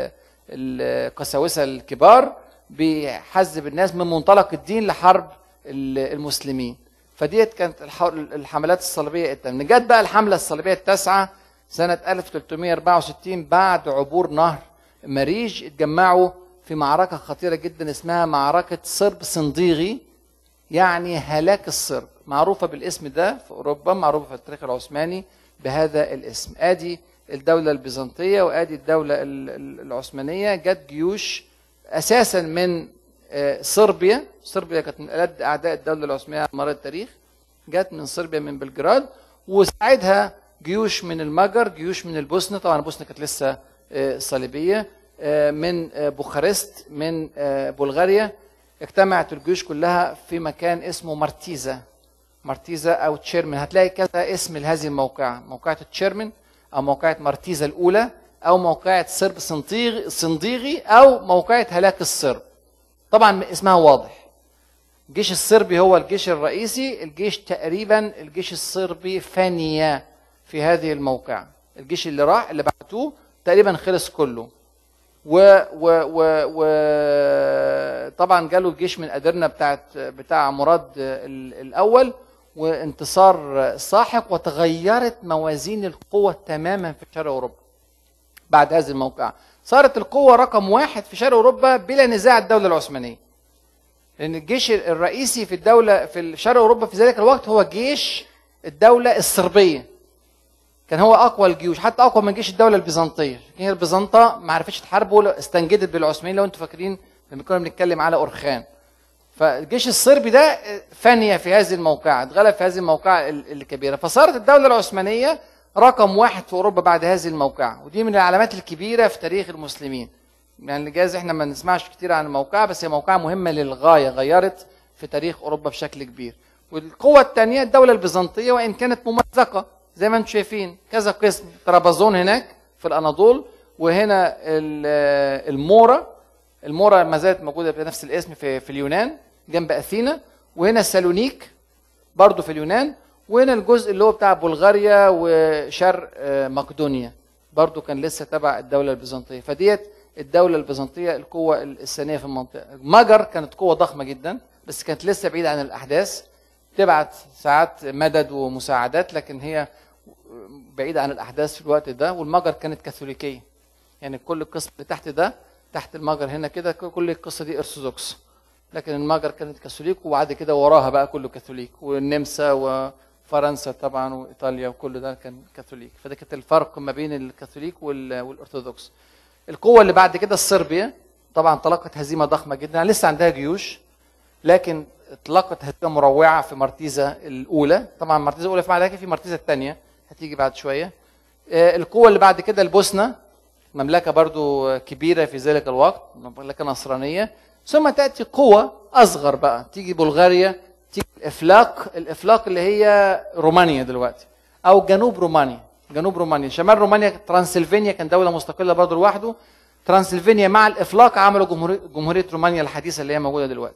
القساوسه الكبار بيحزب الناس من منطلق الدين لحرب المسلمين. فديت كانت الحملات الصليبيه الثامنه. جت بقى الحمله الصليبيه التاسعه سنه 1364 بعد عبور نهر مريج. اتجمعوا في معركه خطيره جدا اسمها معركه صرب صنديغي، يعني هلاك الصرب، معروفه بالاسم ده في اوروبا، معروفه في التاريخ العثماني بهذا الاسم. ادي الدوله البيزنطيه وادي الدوله العثمانيه. جت جيوش اساسا من صربيا. صربيا كانت من ألد اعداء الدوله العثمانيه على مر التاريخ. جت من صربيا من بلجراد، وساعدها جيوش من المجر، جيوش من البوسنه، طبعا البوسنه كانت لسه صليبيه، من بوخارست، من بلغاريا. اجتمعت الجيوش كلها في مكان اسمه مارتيزا او تشيرمن. هتلاقي كذا اسم لهذه الموقعه، موقعه تشيرمن او موقعه مارتيزا الاولى او موقعه صرب صنديغي او موقعه هلاك الصرب. طبعا اسمها واضح. الجيش الصربي هو الجيش الرئيسي. الجيش تقريبا الجيش الصربي فانية في هذه الموقعة. الجيش اللي راح اللي بعتوه تقريبا خلص كله. طبعا جاله الجيش من أدرنا بتاع مراد الأول، وانتصار ساحق، وتغيرت موازين القوة تماما في شرق أوروبا. بعد هذه الموقعة صارت القوة رقم 1 في شرق أوروبا بلا نزاع الدولة العثمانية، لأن الجيش الرئيسي في الدولة في شرق أوروبا في ذلك الوقت هو جيش الدولة الصربية. كان هو أقوى الجيوش، حتى أقوى من جيش الدولة البيزنطية. هي البيزنطة ما عرفتش تحاربه، استنجدت بالعثمانيين لو أنتم فاكرين لما كنا بنتكلم على أورخان. فالجيش الصربي ده فانية في هذه الموقعة، اتغلب في هذه الموقعة الكبيرة، فصارت الدولة العثمانية رقم 1 في أوروبا بعد هذه الموقعة. ودي من العلامات الكبيرة في تاريخ المسلمين. يعني جايز احنا ما نسمعش كتير عن الموقعة، بس هي موقعة مهمة للغاية، غيرت في تاريخ أوروبا بشكل كبير. والقوة الثانية الدولة البيزنطية، وإن كانت ممزقة زي ما انتم شايفين، كذا قسم. طرابزون هناك في الأناضول، وهنا المورا ما زالت موجودة بنفس الاسم في اليونان جنب أثينا، وهنا سالونيك برضو في اليونان، وهنا الجزء اللي هو بتاع بلغاريا وشرق مقدونيا برضو كان لسه تبع الدولة البيزنطية. فديت الدولة البيزنطية القوة الثانية في المنطقة. مجر كانت قوة ضخمة جدا، بس كانت لسه بعيدة عن الأحداث، تبعت ساعات مدد ومساعدات، لكن هي بعيدة عن الأحداث في الوقت ده. والمجر كانت كاثوليكية، يعني كل القسم اللي تحت ده، تحت المجر هنا كده، كل القصة دي أرثوذكس، لكن المجر كانت كاثوليك، وبعد كده وراها بقى كله كاثوليك، والنمسا وفرنسا طبعا وإيطاليا وكل ده كان كاثوليك. فده كانت الفرق ما بين الكاثوليك والأرثوذكس. القوة اللي بعد كده الصربية، طبعا تلقت هزيمة ضخمة جدا، يعني لسه عندها جيوش، لكن تلقت هزيمة مروعة في مارتيزا الأولى. طبعا مارتيزا الأولى في معنى في مارتيزا الثانية هتيجي بعد شوية. القوة اللي بعد كده البوسنة، مملكة برضو كبيرة في ذلك الوقت، مملكة نصرانية. ثم تأتي قوة أصغر بقى، تيجي بلغاريا، تيجي الإفلاق اللي هي رومانيا دلوقتي، أو جنوب رومانيا. شمال رومانيا ترانسلفانيا كان دولة مستقلة برضو لوحده. ترانسلفانيا مع الإفلاق عملوا جمهورية رومانيا الحديثة اللي هي موجودة دلوقتي.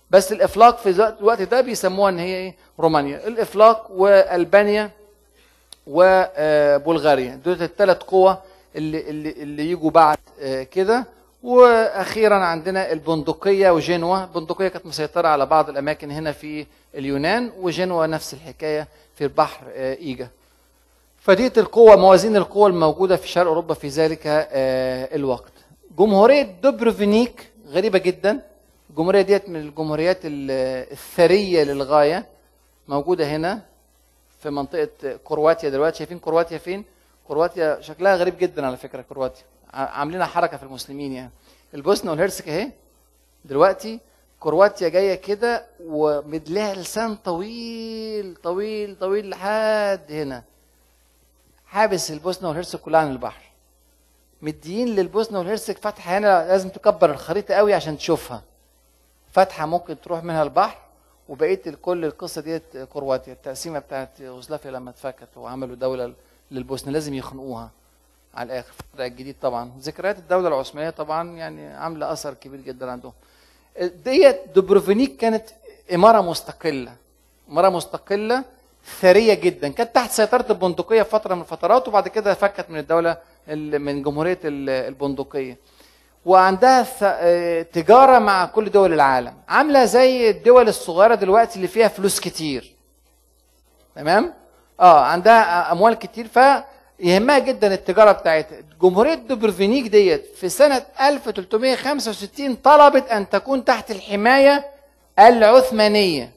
بس الافلاق في الوقت ده بيسموها ان هي ايه؟ رومانيا. الافلاق والبانيا وبلغاريا، دول الثلاث قوى اللي يجوا بعد كده. واخيرا عندنا البندقيه وجنوة. البندقيه كانت مسيطره على بعض الاماكن هنا في اليونان، وجنوة نفس الحكايه في البحر ايجا. فديت القوة، موازين القوى الموجودة في شرق أوروبا في ذلك الوقت. جمهورية دوبروفينيك غريبة جدا. الجمهورية ديت من الجمهوريات الثرية للغاية، موجودة هنا في منطقة كرواتيا دلوقتي. شايفين كرواتيا فين؟ كرواتيا شكلها غريب جدا على فكرة. كرواتيا عاملين حركة في المسلمين يعني. البوسنة والهرسك اهي دلوقتي. كرواتيا جاية كده ومدلها لسان طويل طويل طويل لحد هنا، حابس البوسنه والهرسك كلها عن البحر. مديين للبوسنه والهرسك فتحه هنا، لازم تكبر الخريطه قوي عشان تشوفها. فتحه ممكن تروح منها البحر، وبقيه كل القصه ديت كرواتيا. التقسيمه بتاعت يوغوسلافيا لما اتفكت وعملوا دوله للبوسنه لازم يخنقوها على الاخر. الوضع الجديد طبعا ذكريات الدوله العثمانيه طبعا يعني عامله اثر كبير جدا عندهم. ديت دوبروفينيك كانت اماره مستقله، اماره مستقله ثريه جدا، كانت تحت سيطره البندقيه في فتره من الفترات، وبعد كده فكت من الدوله من جمهوريه البندقيه. وعندها تجاره مع كل دول العالم، عامله زي الدول الصغيره دلوقتي اللي فيها فلوس كتير. تمام؟ عندها اموال كتير، فيهمها جدا التجاره بتاعتها. جمهوريه دوبروفينيك ديت في سنه 1365 طلبت ان تكون تحت الحمايه العثمانيه.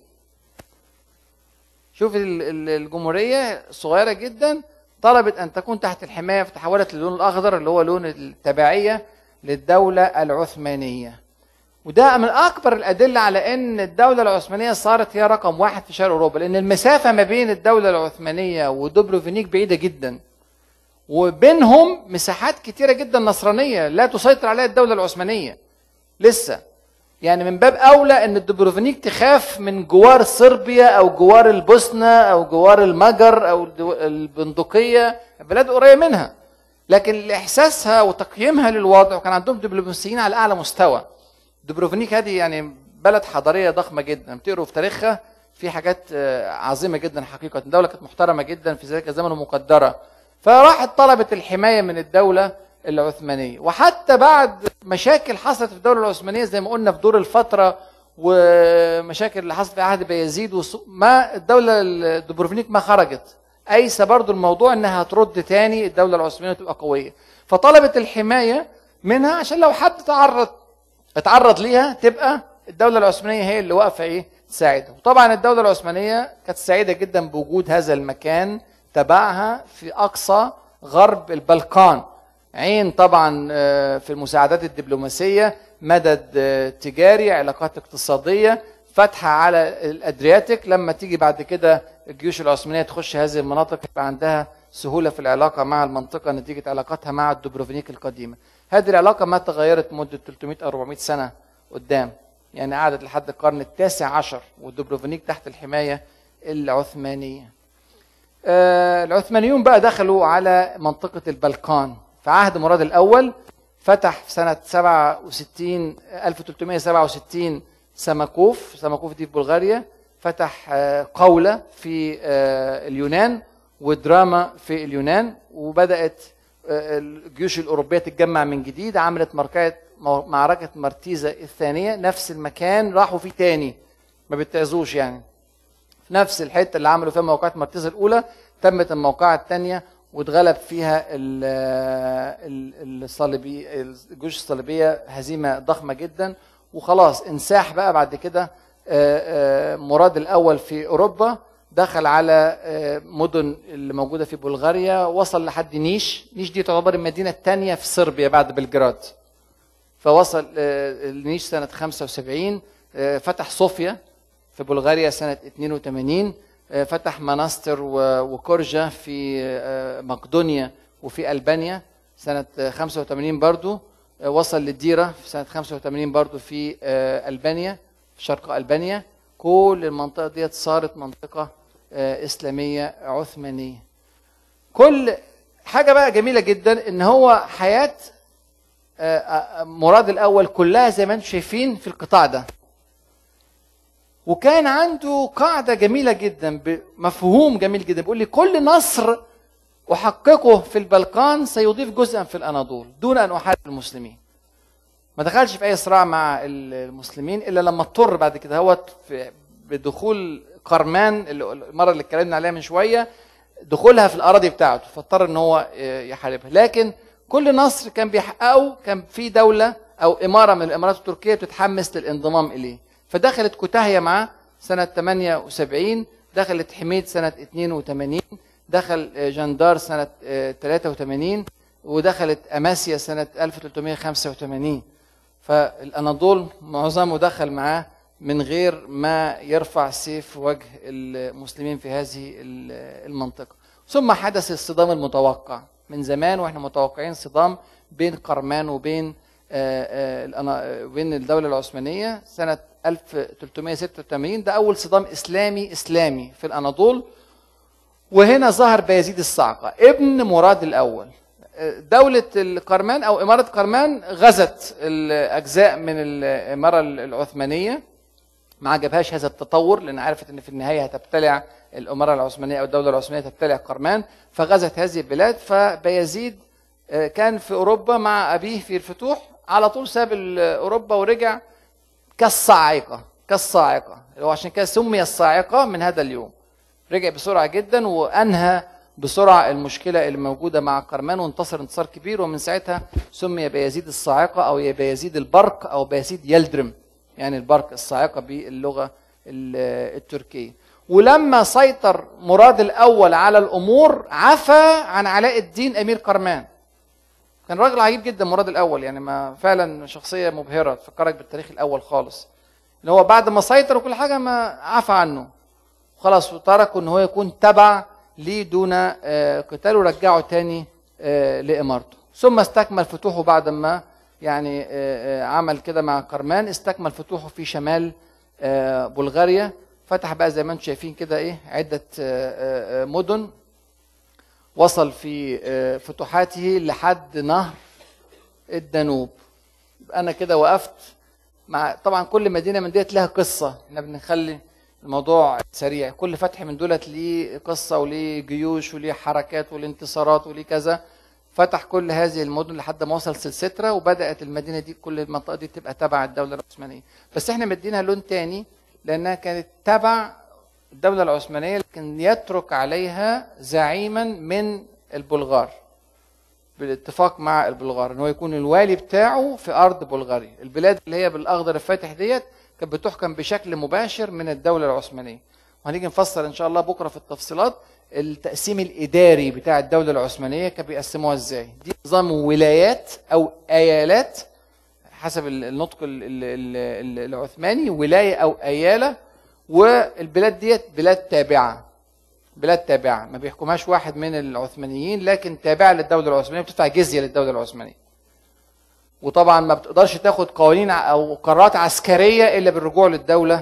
شوف الجمهورية صغيرة جدا طلبت أن تكون تحت الحماية، فتحولت للون الأخضر اللي هو لون التبعية للدولة العثمانية. وده من أكبر الأدلة على أن الدولة العثمانية صارت هي رقم واحد في شرق أوروبا، لأن المسافة ما بين الدولة العثمانية ودوبروفينيك بعيدة جدا، وبينهم مساحات كتيرة جدا نصرانية لا تسيطر عليها الدولة العثمانية لسه. يعني من باب اولى ان الدوبروفينيك تخاف من جوار صربيا او جوار البوسنه او جوار المجر او البندقيه، بلاد قريبه منها، لكن لاحساسها وتقييمها للوضع، وكان عندهم دبلوماسيين على اعلى مستوى. دوبروفينيك هذه يعني بلد حضاريه ضخمه جدا، بتقروا في تاريخها في حاجات عظيمه جدا حقيقه. الدوله كانت محترمه جدا في ذلك الزمن ومقدره، فراحت طلبت الحمايه من الدوله العثمانية. وحتى بعد مشاكل حصلت في الدولة العثمانية زي ما قلنا في دور الفترة، ومشاكل اللي حصلت في عهد بايزيد، ما الدولة الدوبروفينيك ما خرجت، أيس برضو الموضوع انها ترد تاني الدولة العثمانية تبقى قوية، فطلبت الحماية منها عشان لو حد اتعرض ليها تبقى الدولة العثمانية هي اللي واقفة تساعدها. وطبعا الدولة العثمانية كانت سعيدة جدا بوجود هذا المكان تبعها في أقصى غرب البلقان، عين طبعا في المساعدات الدبلوماسية، مدد تجاري، علاقات اقتصادية، فتحة على الأدرياتيك. لما تيجي بعد كده الجيوش العثمانية تخش هذه المناطق يبقى عندها سهولة في العلاقة مع المنطقة نتيجة علاقتها مع الدوبروفينيك القديمة. هذه العلاقة ما تغيرت مدة 300 أو 400 سنة قدام، يعني قعدت لحد القرن ال19 والدوبروفينيك تحت الحماية العثمانية. العثمانيون بقى دخلوا على منطقة البلقان في عهد مراد الأول، فتح في سنة 1367 سمكوف دي في بلغاريا، فتح قولة في اليونان ودراما في اليونان، وبدأت الجيوش الأوروبية تتجمع من جديد. عملت معركة مرتيزة الثانية، نفس المكان راحوا فيه تاني، ما بيتعزوش يعني، في نفس الحتة اللي عملوا فيها موقعة مرتيزة الأولى تمت الموقعة الثانية واتغلب فيها الجيوش الصليبية هزيمة ضخمة جدا. وخلاص انساح بقى بعد كده مراد الأول في أوروبا، دخل على مدن اللي موجودة في بلغاريا، وصل لحد نيش دي تعتبر المدينة الثانية في صربيا بعد بلجراد، فوصل النيش سنة 75. فتح صوفيا في بلغاريا سنة 82. فتح مناستر وكورجا في مقدونيا وفي ألبانيا سنة 85 برضو. وصل للديرة في سنة 85 برضو في ألبانيا، في شرق ألبانيا. كل المنطقة ديت صارت منطقة إسلامية عثمانية. كل حاجة بقى جميلة جدا إن هو حياة مراد الأول كلها زي ما انتم شايفين في القطاع ده. وكان عنده قاعدة جميلة جدا، مفهوم جميل جدا، بيقول لي كل نصر أحققه في البلقان سيضيف جزءا في الأناضول دون أن أحارب المسلمين. ما دخلش في أي صراع مع المسلمين إلا لما اضطر بعد كده هو بدخول قرمان المرة اللي اتكلمنا عليها من شوية، دخولها في الأراضي بتاعته، فاضطر إن هو يحاربها. لكن كل نصر كان بيحققه كان في دولة أو إمارة من الإمارات التركية بتتحمس للانضمام إليه. فدخلت كوتاهية معاه سنة 78، دخلت حميد سنة 82، دخل جندار سنة 83، ودخلت أماسيا سنة 1385. فالأناضول معظمه دخل معاه من غير ما يرفع سيف وجه المسلمين في هذه المنطقة. ثم حدث الصدام المتوقع من زمان، واحنا متوقعين صدام بين قرمان وبين الدولة العثمانية سنة 1386. ده أول صدام إسلامي في الأناضول. وهنا ظهر بايزيد الصعقة ابن مراد الأول. دولة القرمان أو إمارة قرمان غزت الأجزاء من الإمارة العثمانية، ما عجبهاش هذا التطور لأن عرفت أن في النهاية هتبتلع الإمارة العثمانية أو الدولة العثمانية تبتلع قرمان، فغزت هذه البلاد. فبايزيد كان في أوروبا مع أبيه في الفتوح، على طول ساب أوروبا ورجع كالصاعقة وعشان كده سمي الصاعقة من هذا اليوم. رجع بسرعة جدا وأنهى بسرعة المشكلة اللي موجودة مع قرمان وانتصر انتصار كبير، ومن ساعتها سمي بايزيد الصاعقة أو بايزيد البرق أو بايزيد يلدرم، يعني البرق الصاعقة باللغة التركية. ولما سيطر مراد الأول على الأمور عفى عن علاء الدين أمير قرمان. كان راجل عجيب جدا مراد الأول، يعني ما فعلا شخصية مبهرة تفكرك بالتاريخ الأول خالص، اللي هو بعد ما سيطر وكل حاجة ما عفى عنه خلاص، وتركوا ان هو يكون تبع ليه دون قتال، ورجعه تاني لإمارته. ثم استكمل فتوحه بعد ما يعني عمل كده مع قرمان، استكمل فتوحه في شمال بلغاريا، فتح بقى زي ما انتم شايفين كده ايه عدة مدن. وصل في فتوحاته لحد نهر الدانوب. انا كده وقفت مع طبعا كل مدينة من ديت لها قصة، احنا بنخلي الموضوع سريع، كل فتح من دولت ليه قصة وليه جيوش وليه حركات وليه انتصارات وليه كذا. فتح كل هذه المدن لحد ما وصل سلسترا، وبدأت المدينة دي كل المنطقة دي تبقى تبع الدولة العثمانية. بس احنا مدينها لون تاني لأنها كانت تبع الدولة العثمانية، لكن يترك عليها زعيما من البلغار بالاتفاق مع البلغار ان هو يكون الوالي بتاعه في أرض بلغاريا. البلاد اللي هي بالأخضر الفاتح ديت كانت بتحكم بشكل مباشر من الدولة العثمانية. وهنيجي نفسر إن شاء الله بكرة في التفصيلات التقسيم الإداري بتاع الدولة العثمانية كانوا بيقسموها إزاي. دي نظام ولايات أو أيالات حسب النطق العثماني، ولاية أو أيالة. والبلاد ديت بلاد تابعة ما بيحكمهاش واحد من العثمانيين، لكن تابعة للدولة العثمانية، بتدفع جزية للدولة العثمانية. وطبعا ما بتقدرش تاخد قوانين او قرارات عسكريه الا بالرجوع للدوله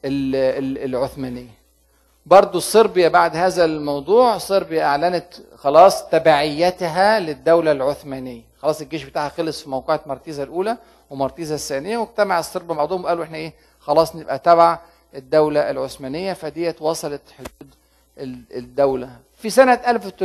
العثمانيه. برضو صربيا بعد هذا الموضوع، صربيا اعلنت خلاص تبعيتها للدوله العثمانيه، خلاص الجيش بتاعها خلص في موقعة مارتيزا الاولى ومارتيزا الثانيه، واجتمع الصرب مع بعضهم وقالوا احنا ايه خلاص نبقى تبع الدوله العثمانيه. فديت وصلت حدود الدوله. في سنه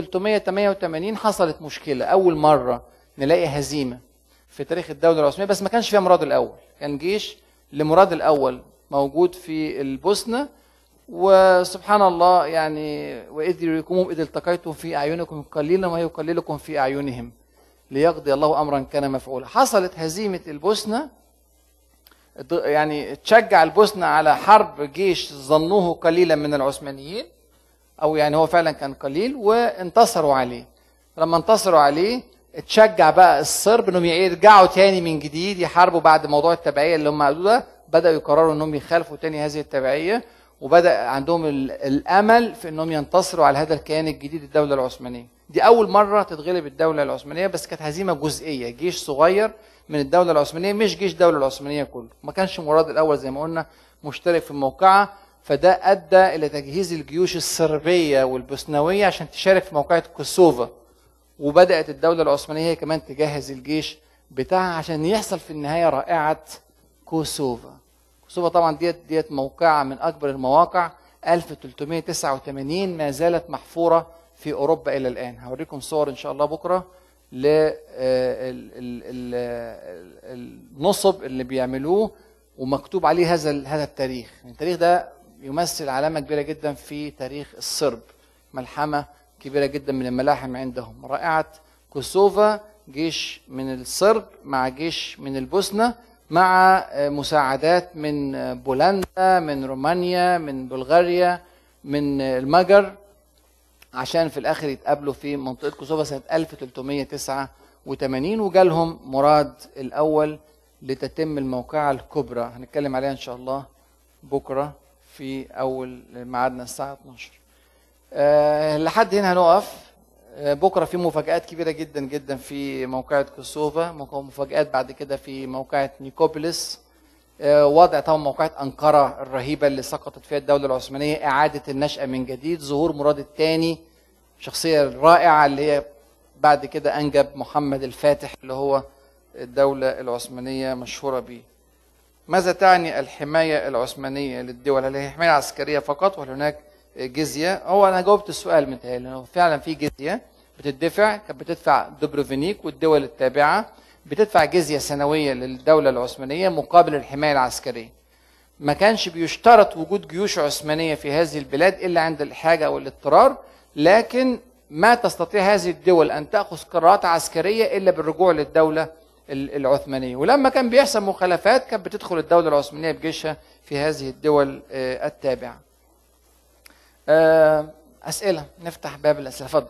1388 حصلت مشكله، اول مره نلاقي هزيمه في تاريخ الدولة العثمانية، بس ما كانش فيها مراد الأول، كان جيش لمراد الأول موجود في البوسنة. وسبحان الله يعني وإذ يريكمهم إذ التقيتم في أعينكم قليلا ويقللكم في أعينهم ليقضي الله أمرا كان مفعولا. حصلت هزيمة البوسنة، يعني تشجع البوسنة على حرب جيش ظنوه قليلا من العثمانيين، أو يعني هو فعلا كان قليل، وانتصروا عليه. لما انتصروا عليه اتشجع بقى الصرب انهم يرجعوا تاني من جديد يحاربوا بعد موضوع التبعيه اللي هم قالوا ده، بداوا يقرروا انهم يخالفوا تاني هذه التبعيه، وبدا عندهم الامل في انهم ينتصروا على هذا الكيان الجديد الدوله العثمانيه. دي اول مره تتغلب الدوله العثمانيه، بس كانت هزيمه جزئيه، جيش صغير من الدوله العثمانيه، مش جيش الدوله العثمانيه كله، ما كانش مراد الاول زي ما قلنا مشترك في الموقعه. فده ادى الى تجهيز الجيوش الصربيه والبوسنويه عشان تشارك في موقعه كوسوفا، وبدأت الدولة العثمانية هي كمان تجهز الجيش بتاعها عشان يحصل في النهاية رائعة كوسوفا. كوسوفا طبعا ديت موقعة من أكبر المواقع، 1389 ما زالت محفورة في أوروبا إلى الآن. هوريكم صور إن شاء الله بكرة للنصب اللي بيعملوه ومكتوب عليه هذا التاريخ. التاريخ ده يمثل علامة كبيرة جدا في تاريخ الصرب، ملحمة كبيرة جدا من الملاحم عندهم. رائعة كوسوفا، جيش من الصرب مع جيش من البوسنة مع مساعدات من بولندا، من رومانيا، من بلغاريا، من المجر، عشان في الآخر يتقابلوا في منطقة كوسوفا سنة 1389، وجالهم مراد الأول لتتم الموقعة الكبرى هنتكلم عليها إن شاء الله بكرة في أول ميعادنا الساعة 12. لحد هنا هنقف. بكرة في مفاجآت كبيرة جدا جدا في موقعة كوسوفا، مفاجآت بعد كده في موقعة نيكوبوليس، وضع طبعا موقعة أنقرة الرهيبة اللي سقطت فيها الدولة العثمانية، إعادة النشأة من جديد، ظهور مراد الثاني شخصية رائعة اللي هي بعد كده أنجب محمد الفاتح اللي هو الدولة العثمانية مشهورة به. ماذا تعني الحماية العثمانية للدول؟ هل هي حماية عسكرية فقط ولا هناك جزية؟ هو أنا جاوبت السؤال متهيألي إنه فعلا في جزية بتدفع، كانت بتدفع دوبروفينيك والدول التابعة بتدفع جزية سنوية للدولة العثمانية مقابل الحماية العسكرية. ما كانش بيشترط وجود جيوش عثمانية في هذه البلاد إلا عند الحاجة أو الاضطرار، لكن ما تستطيع هذه الدول أن تأخذ قرارات عسكرية إلا بالرجوع للدولة العثمانية. ولما كان بيحصل مخالفات كانت بتدخل الدولة العثمانية بجيشها في هذه الدول التابعة. أسئلة، نفتح باب الأسئلة، اتفضل.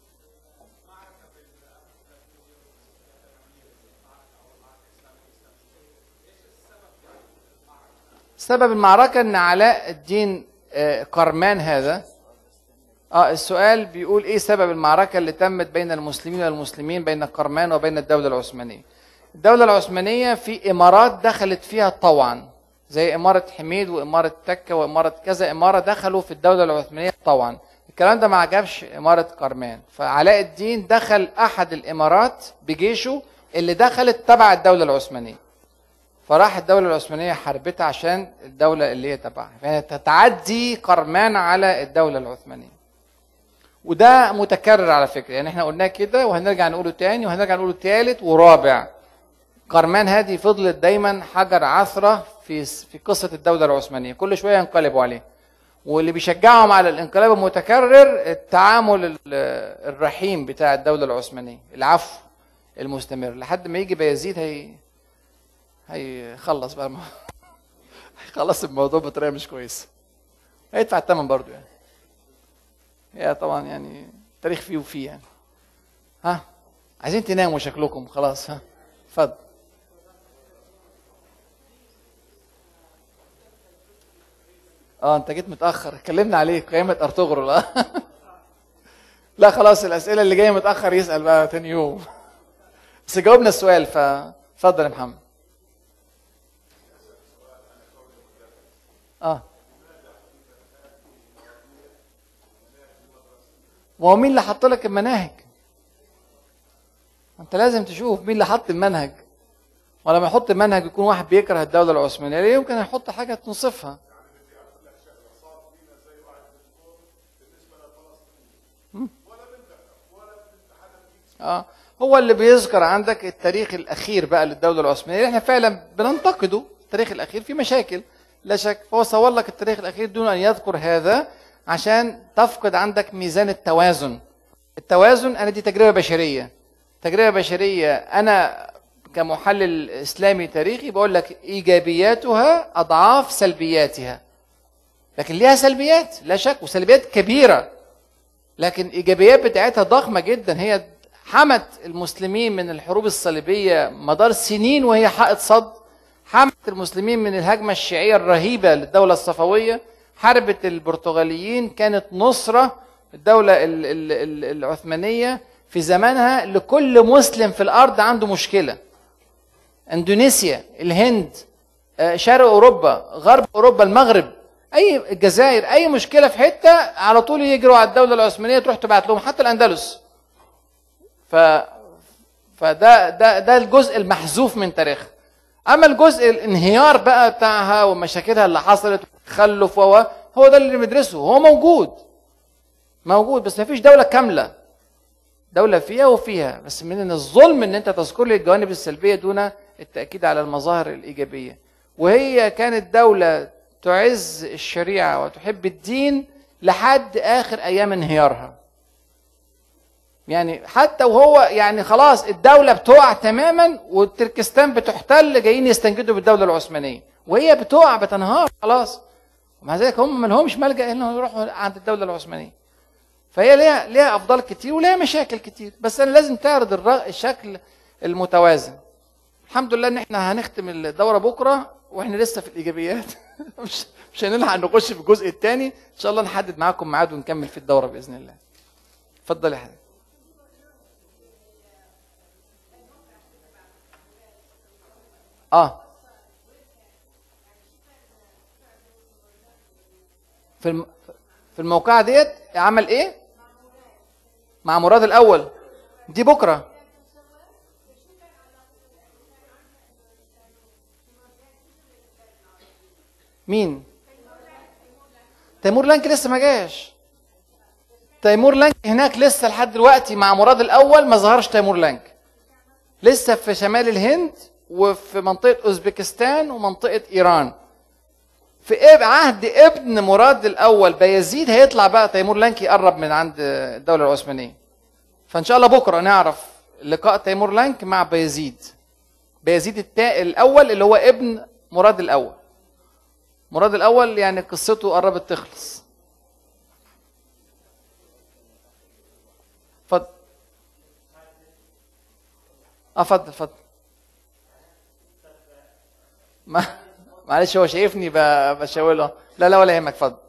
سبب المعركة ان علاء الدين قرمان هذا السؤال بيقول ايه سبب المعركة اللي تمت بين المسلمين والمسلمين بين قرمان وبين الدولة العثمانية؟ الدولة العثمانية في امارات دخلت فيها طوعا، زي امارة حميد وامارة تكة وامارة كذا امارة دخلوا في الدولة العثمانية طوعا. الكلام ده ما عجبش امارة قرمان، فعلاء الدين دخل احد الامارات بجيشه اللي دخلت تبع الدولة العثمانية، فراح الدولة العثمانية حربتها عشان الدولة اللي هي تبعها، يعني تتعدي قرمان على الدولة العثمانية. وده متكرر على فكرة، يعني احنا قلناه كده وهنرجع نقوله تاني وهنرجع نقوله تالت ورابع. قرمان هذه فضلت دايما حجر عثرة في قصة الدولة العثمانية، كل شوية ينقلبوا عليه، واللي بيشجعهم على الانقلاب المتكرر التعامل الرحيم بتاع الدولة العثمانية، العفو المستمر، لحد ما يجي بايزيد هيخلص بقى هيخلص الموضوع بطريقه مش كويسه، هيدفع الثمن برضه يعني. يا طبعا يعني التاريخ فيه وفيه يعني. عايزين تناموا شكلكم خلاص. اتفضل. انت جيت متاخر، اتكلمنا عليك قيامه ارطغرل. لا خلاص، الاسئله اللي جايه متاخر يسال بقى تاني يوم. بس جاوبنا السؤال، فاتفضل يا محمد. وهو مين اللي حط لك المناهج؟ انت لازم تشوف مين اللي حط المنهج، ولما يحط المنهج يكون واحد بيكره الدولة العثمانية، لا يمكن يحط حاجة تنصفها. هو اللي بيذكر عندك التاريخ الأخير بقى للدولة العثمانية، احنا فعلا بننتقده التاريخ الأخير، في مشاكل لا شك، فهو صور لك التاريخ الأخير دون أن يذكر هذا عشان تفقد عندك ميزان التوازن. التوازن، أنا دي تجربة بشرية، أنا كمحلل إسلامي تاريخي بقول لك إيجابياتها أضعاف سلبياتها، لكن ليها سلبيات لا شك وسلبيات كبيرة، لكن إيجابيات بتاعتها ضخمة جدا. هي حمت المسلمين من الحروب الصليبية مدار سنين وهي حائط صد، حمت المسلمين من الهجمة الشيعية الرهيبة للدولة الصفوية، حربت البرتغاليين، كانت نصرة الدولة العثمانية في زمانها لكل مسلم في الأرض عنده مشكلة. اندونيسيا، الهند، شرق أوروبا، غرب أوروبا، المغرب، الجزائر، أي مشكلة في حتة على طول يجروا على الدولة العثمانية تروح تبعت لهم، حتى الأندلس. فده الجزء المحذوف من تاريخها. اما الجزء الانهيار بقى بتاعها ومشاكلها اللي حصلت والتخلف هو ده اللي بندرسه. هو موجود بس ما فيش دولة كاملة. دولة فيها وفيها، بس من الظلم ان انت تذكر لي الجوانب السلبية دون التأكيد على المظاهر الإيجابية. وهي كانت دولة تعز الشريعة وتحب الدين لحد آخر أيام انهيارها. يعني حتى وهو يعني خلاص الدولة بتقع تماما والتركستان بتحتل، جايين يستنجدوا بالدولة العثمانية وهي بتقع بتنهار خلاص، ومع ذلك هم ما لهمش ملجأ انهم يروحوا عند الدولة العثمانية. فهي ليها افضال كتير وليها مشاكل كتير، بس انا لازم تعرض الشكل المتوازن. الحمد لله ان احنا هنختم الدورة بكرة واحنا لسه في الايجابيات. مش هنلحق نخش في الجزء الثاني. ان شاء الله نحدد معاكم ميعاد ونكمل في الدورة باذن الله. اتفضل يا حبيبي. في الموقعة ديت عمل ايه مع مراد الاول؟ دي بكرة. مين؟ تيمور لانك لسه ما جاش. تيمور لانك هناك لسه لحد دلوقتي مع مراد الاول ما ظهرش. تيمور لانك لسه في شمال الهند وفي منطقة اوزبكستان ومنطقة ايران. في عهد ابن مراد الاول بايزيد هيطلع بقى تيمور لانك يقرب من عند الدولة العثمانية. فان شاء الله بكرة نعرف لقاء تيمور لانك مع بايزيد. بايزيد الاول اللي هو ابن مراد الاول. مراد الاول يعني قصته قربت تخلص. اتفضل. اتفضل. معلش هو شايفني بشاوله. لا ولا يهمك. اتفضل.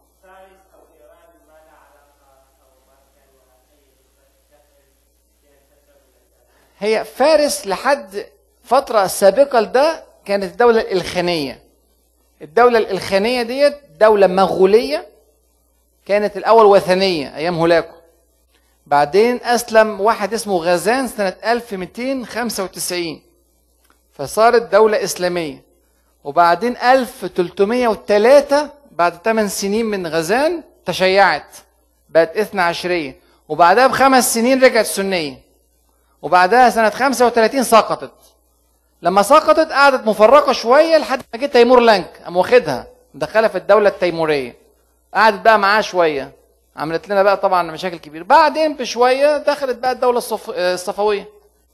هي فارس لحد فترة سابقة لده كانت الدولة الإلخانية. الدولة الإلخانية ديت دولة مغولية، كانت الأول وثنية أيام هولاكو. بعدين أسلم واحد اسمه غازان سنة 1295 فصارت دولة إسلامية. وبعدين 1303 بعد 8 سنين من غازان تشيعت بقت 12. وبعدها ب5 سنين رجعت سنية. وبعدها سنة 35 سقطت. لما سقطت قعدت مفرقة شوية لحد ما جه تيمور لانك قام واخدها مدخلها في الدولة التيمورية. قعدت بقى معاه شوية، عملت لنا بقى طبعا مشاكل كبيرة. بعدين بشوية دخلت بقى الدولة الصفوية.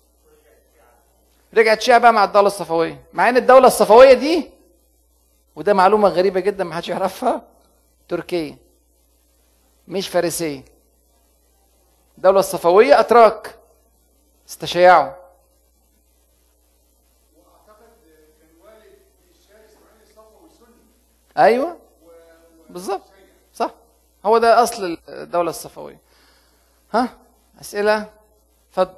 رجعت شيعة بقى مع الدولة الصفوية، مع ان الدولة الصفوية دي وده معلومة غريبة جدا ما حدش يعرفها، تركية مش فارسية. الدولة الصفوية أتراك استشيعوا. ايوه بالظبط صح، هو ده اصل الدوله الصفويه. ها اسئله؟ اتفضل.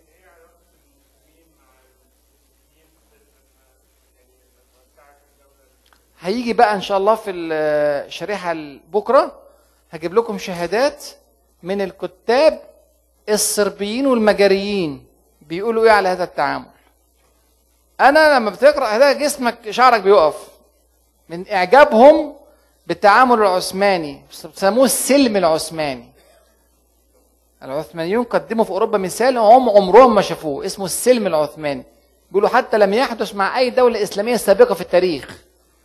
هيجي بقى ان شاء الله في الشريحه بكره هجيب لكم شهادات من الكتاب الصربيين والمجريين بيقولوا ايه على هذا التعامل. انا لما بتقرا هذا جسمك شعرك بيقف من اعجابهم بالتعامل العثماني. بيسموه السلم العثماني. العثمانيون قدموا في اوروبا مثال هم عمرهم ما شافوه اسمه السلم العثماني. بيقولوا حتى لم يحدث مع اي دوله اسلاميه سابقه في التاريخ.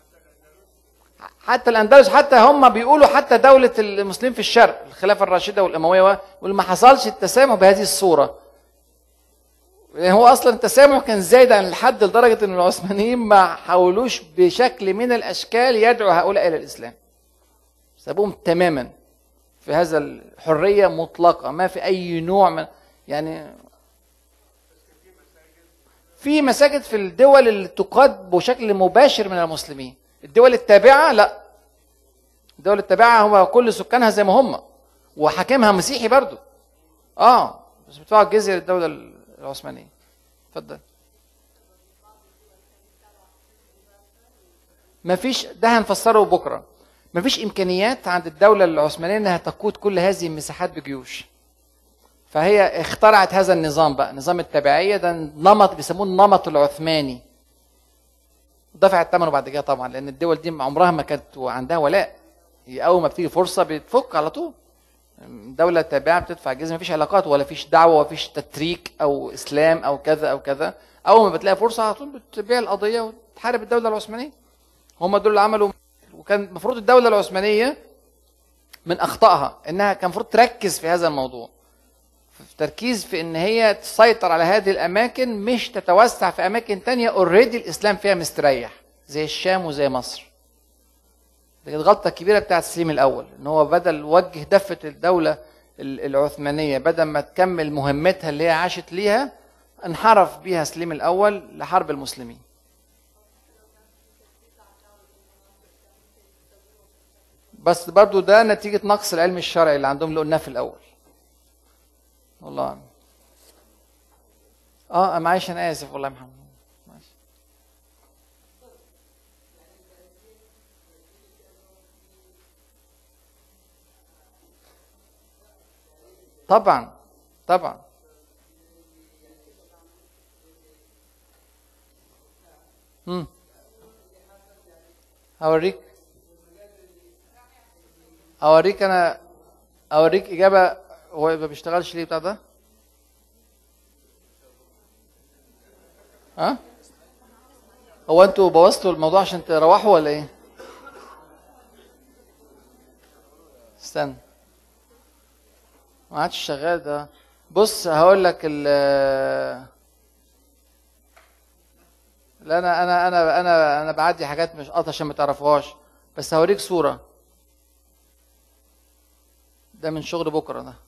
حتى الاندلس، حتى هم بيقولوا حتى دوله المسلمين في الشرق الخلافه الراشده والامويه وما حصلش التسامح بهذه الصوره. يعني هو اصلا التسامح كان زايد عن الحد لدرجه ان العثمانيين ما حاولوش بشكل من الاشكال يدعو هؤلاء الى الاسلام. سابوهم تماما في هذا الحريه مطلقه، ما في اي نوع من يعني. في مساجد في الدول اللي تقاد بشكل مباشر من المسلمين. الدول التابعه لا، الدول التابعه هو كل سكانها زي ما هم وحاكمها مسيحي برضو. بس بيدفعوا الجزيه للدوله العثمانية. اتفضل. مفيش، ده هنفسره بكره. مفيش امكانيات عند الدولة العثمانية انها تقود كل هذه المساحات بجيوش. فهي اخترعت هذا النظام بقى، نظام التبعية. ده نمط بيسموه النمط العثماني. دفعت ثمنه بعد كده طبعا، لان الدول دي عمرها ما كانت عندها ولاء، هي اول ما بتيجي فرصه بتفك على طول. دولة تابعة بتدفع جزية، مفيش علاقات ولا فيش دعوة ولا فيش تتريك أو إسلام أو كذا أو كذا. أول ما بتلاقي فرصة على طول بتبيع القضية وتحارب الدولة العثمانية. هم دول اللي عملوا. وكان المفروض الدولة العثمانية من أخطائها إنها كان المفروض تركز في هذا الموضوع، في تركيز في إن هي تسيطر على هذه الأماكن، مش تتوسع في أماكن تانية أوريدي الإسلام فيها مستريح زي الشام وزي مصر. دي كانت غلطة كبيرة بتاعت سليم الأول، إن هو بدل وجه دفة الدولة العثمانية بدل ما تكمل مهمتها اللي هي عاشت ليها، انحرف بيها سليم الأول لحرب المسلمين. بس برضو ده نتيجة نقص العلم الشرعي اللي عندهم اللي قلناه في الأول. والله معلش أنا آسف والله يا محمد. طبعا طبعا. هوريك إجابة. هو ما بيشتغلش ليه بتاع ده؟ هو انتوا بوظتوا الموضوع عشان تروحوا ولا ايه؟ استنى، ما عادش شغال ده. بص هقول لك لا انا بعدي حاجات مش قاطع عشان ما تعرفوهاش، بس هوريك صورة. ده من شغل بكرة ده.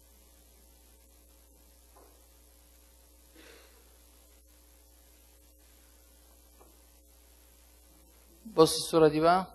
بص الصورة دي بقى.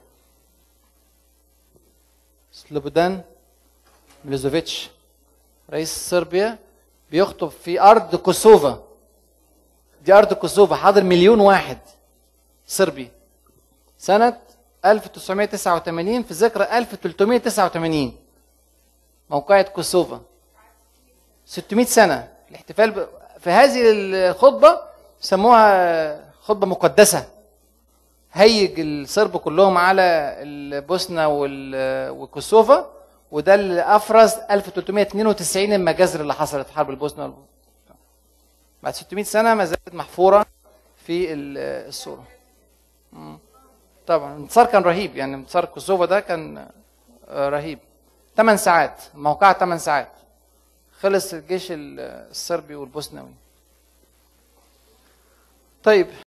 سلوبودان ميلوزوفيتش رئيس صربيا بيخطب في أرض كوسوفا. دي أرض كوسوفا، حاضر 1,000,000 واحد صربي سنة 1989 في ذكرى 1389 موقعة كوسوفا. 600 سنة الاحتفال في هذه الخطبة سموها خطبة مقدسة. هيج الصرب كلهم على البوسنة وكوسوفا، وده اللي أفرز 1392 المجازر اللي حصلت في حرب البوسنة. بعد 600 سنة ما زالت محفورة في الصورة. طبعا الانتصار كان رهيب، يعني انتصار كوسوفا ده كان رهيب. 8 ساعات موقعة، 8 ساعات خلص الجيش الصربي والبوسنوي. طيب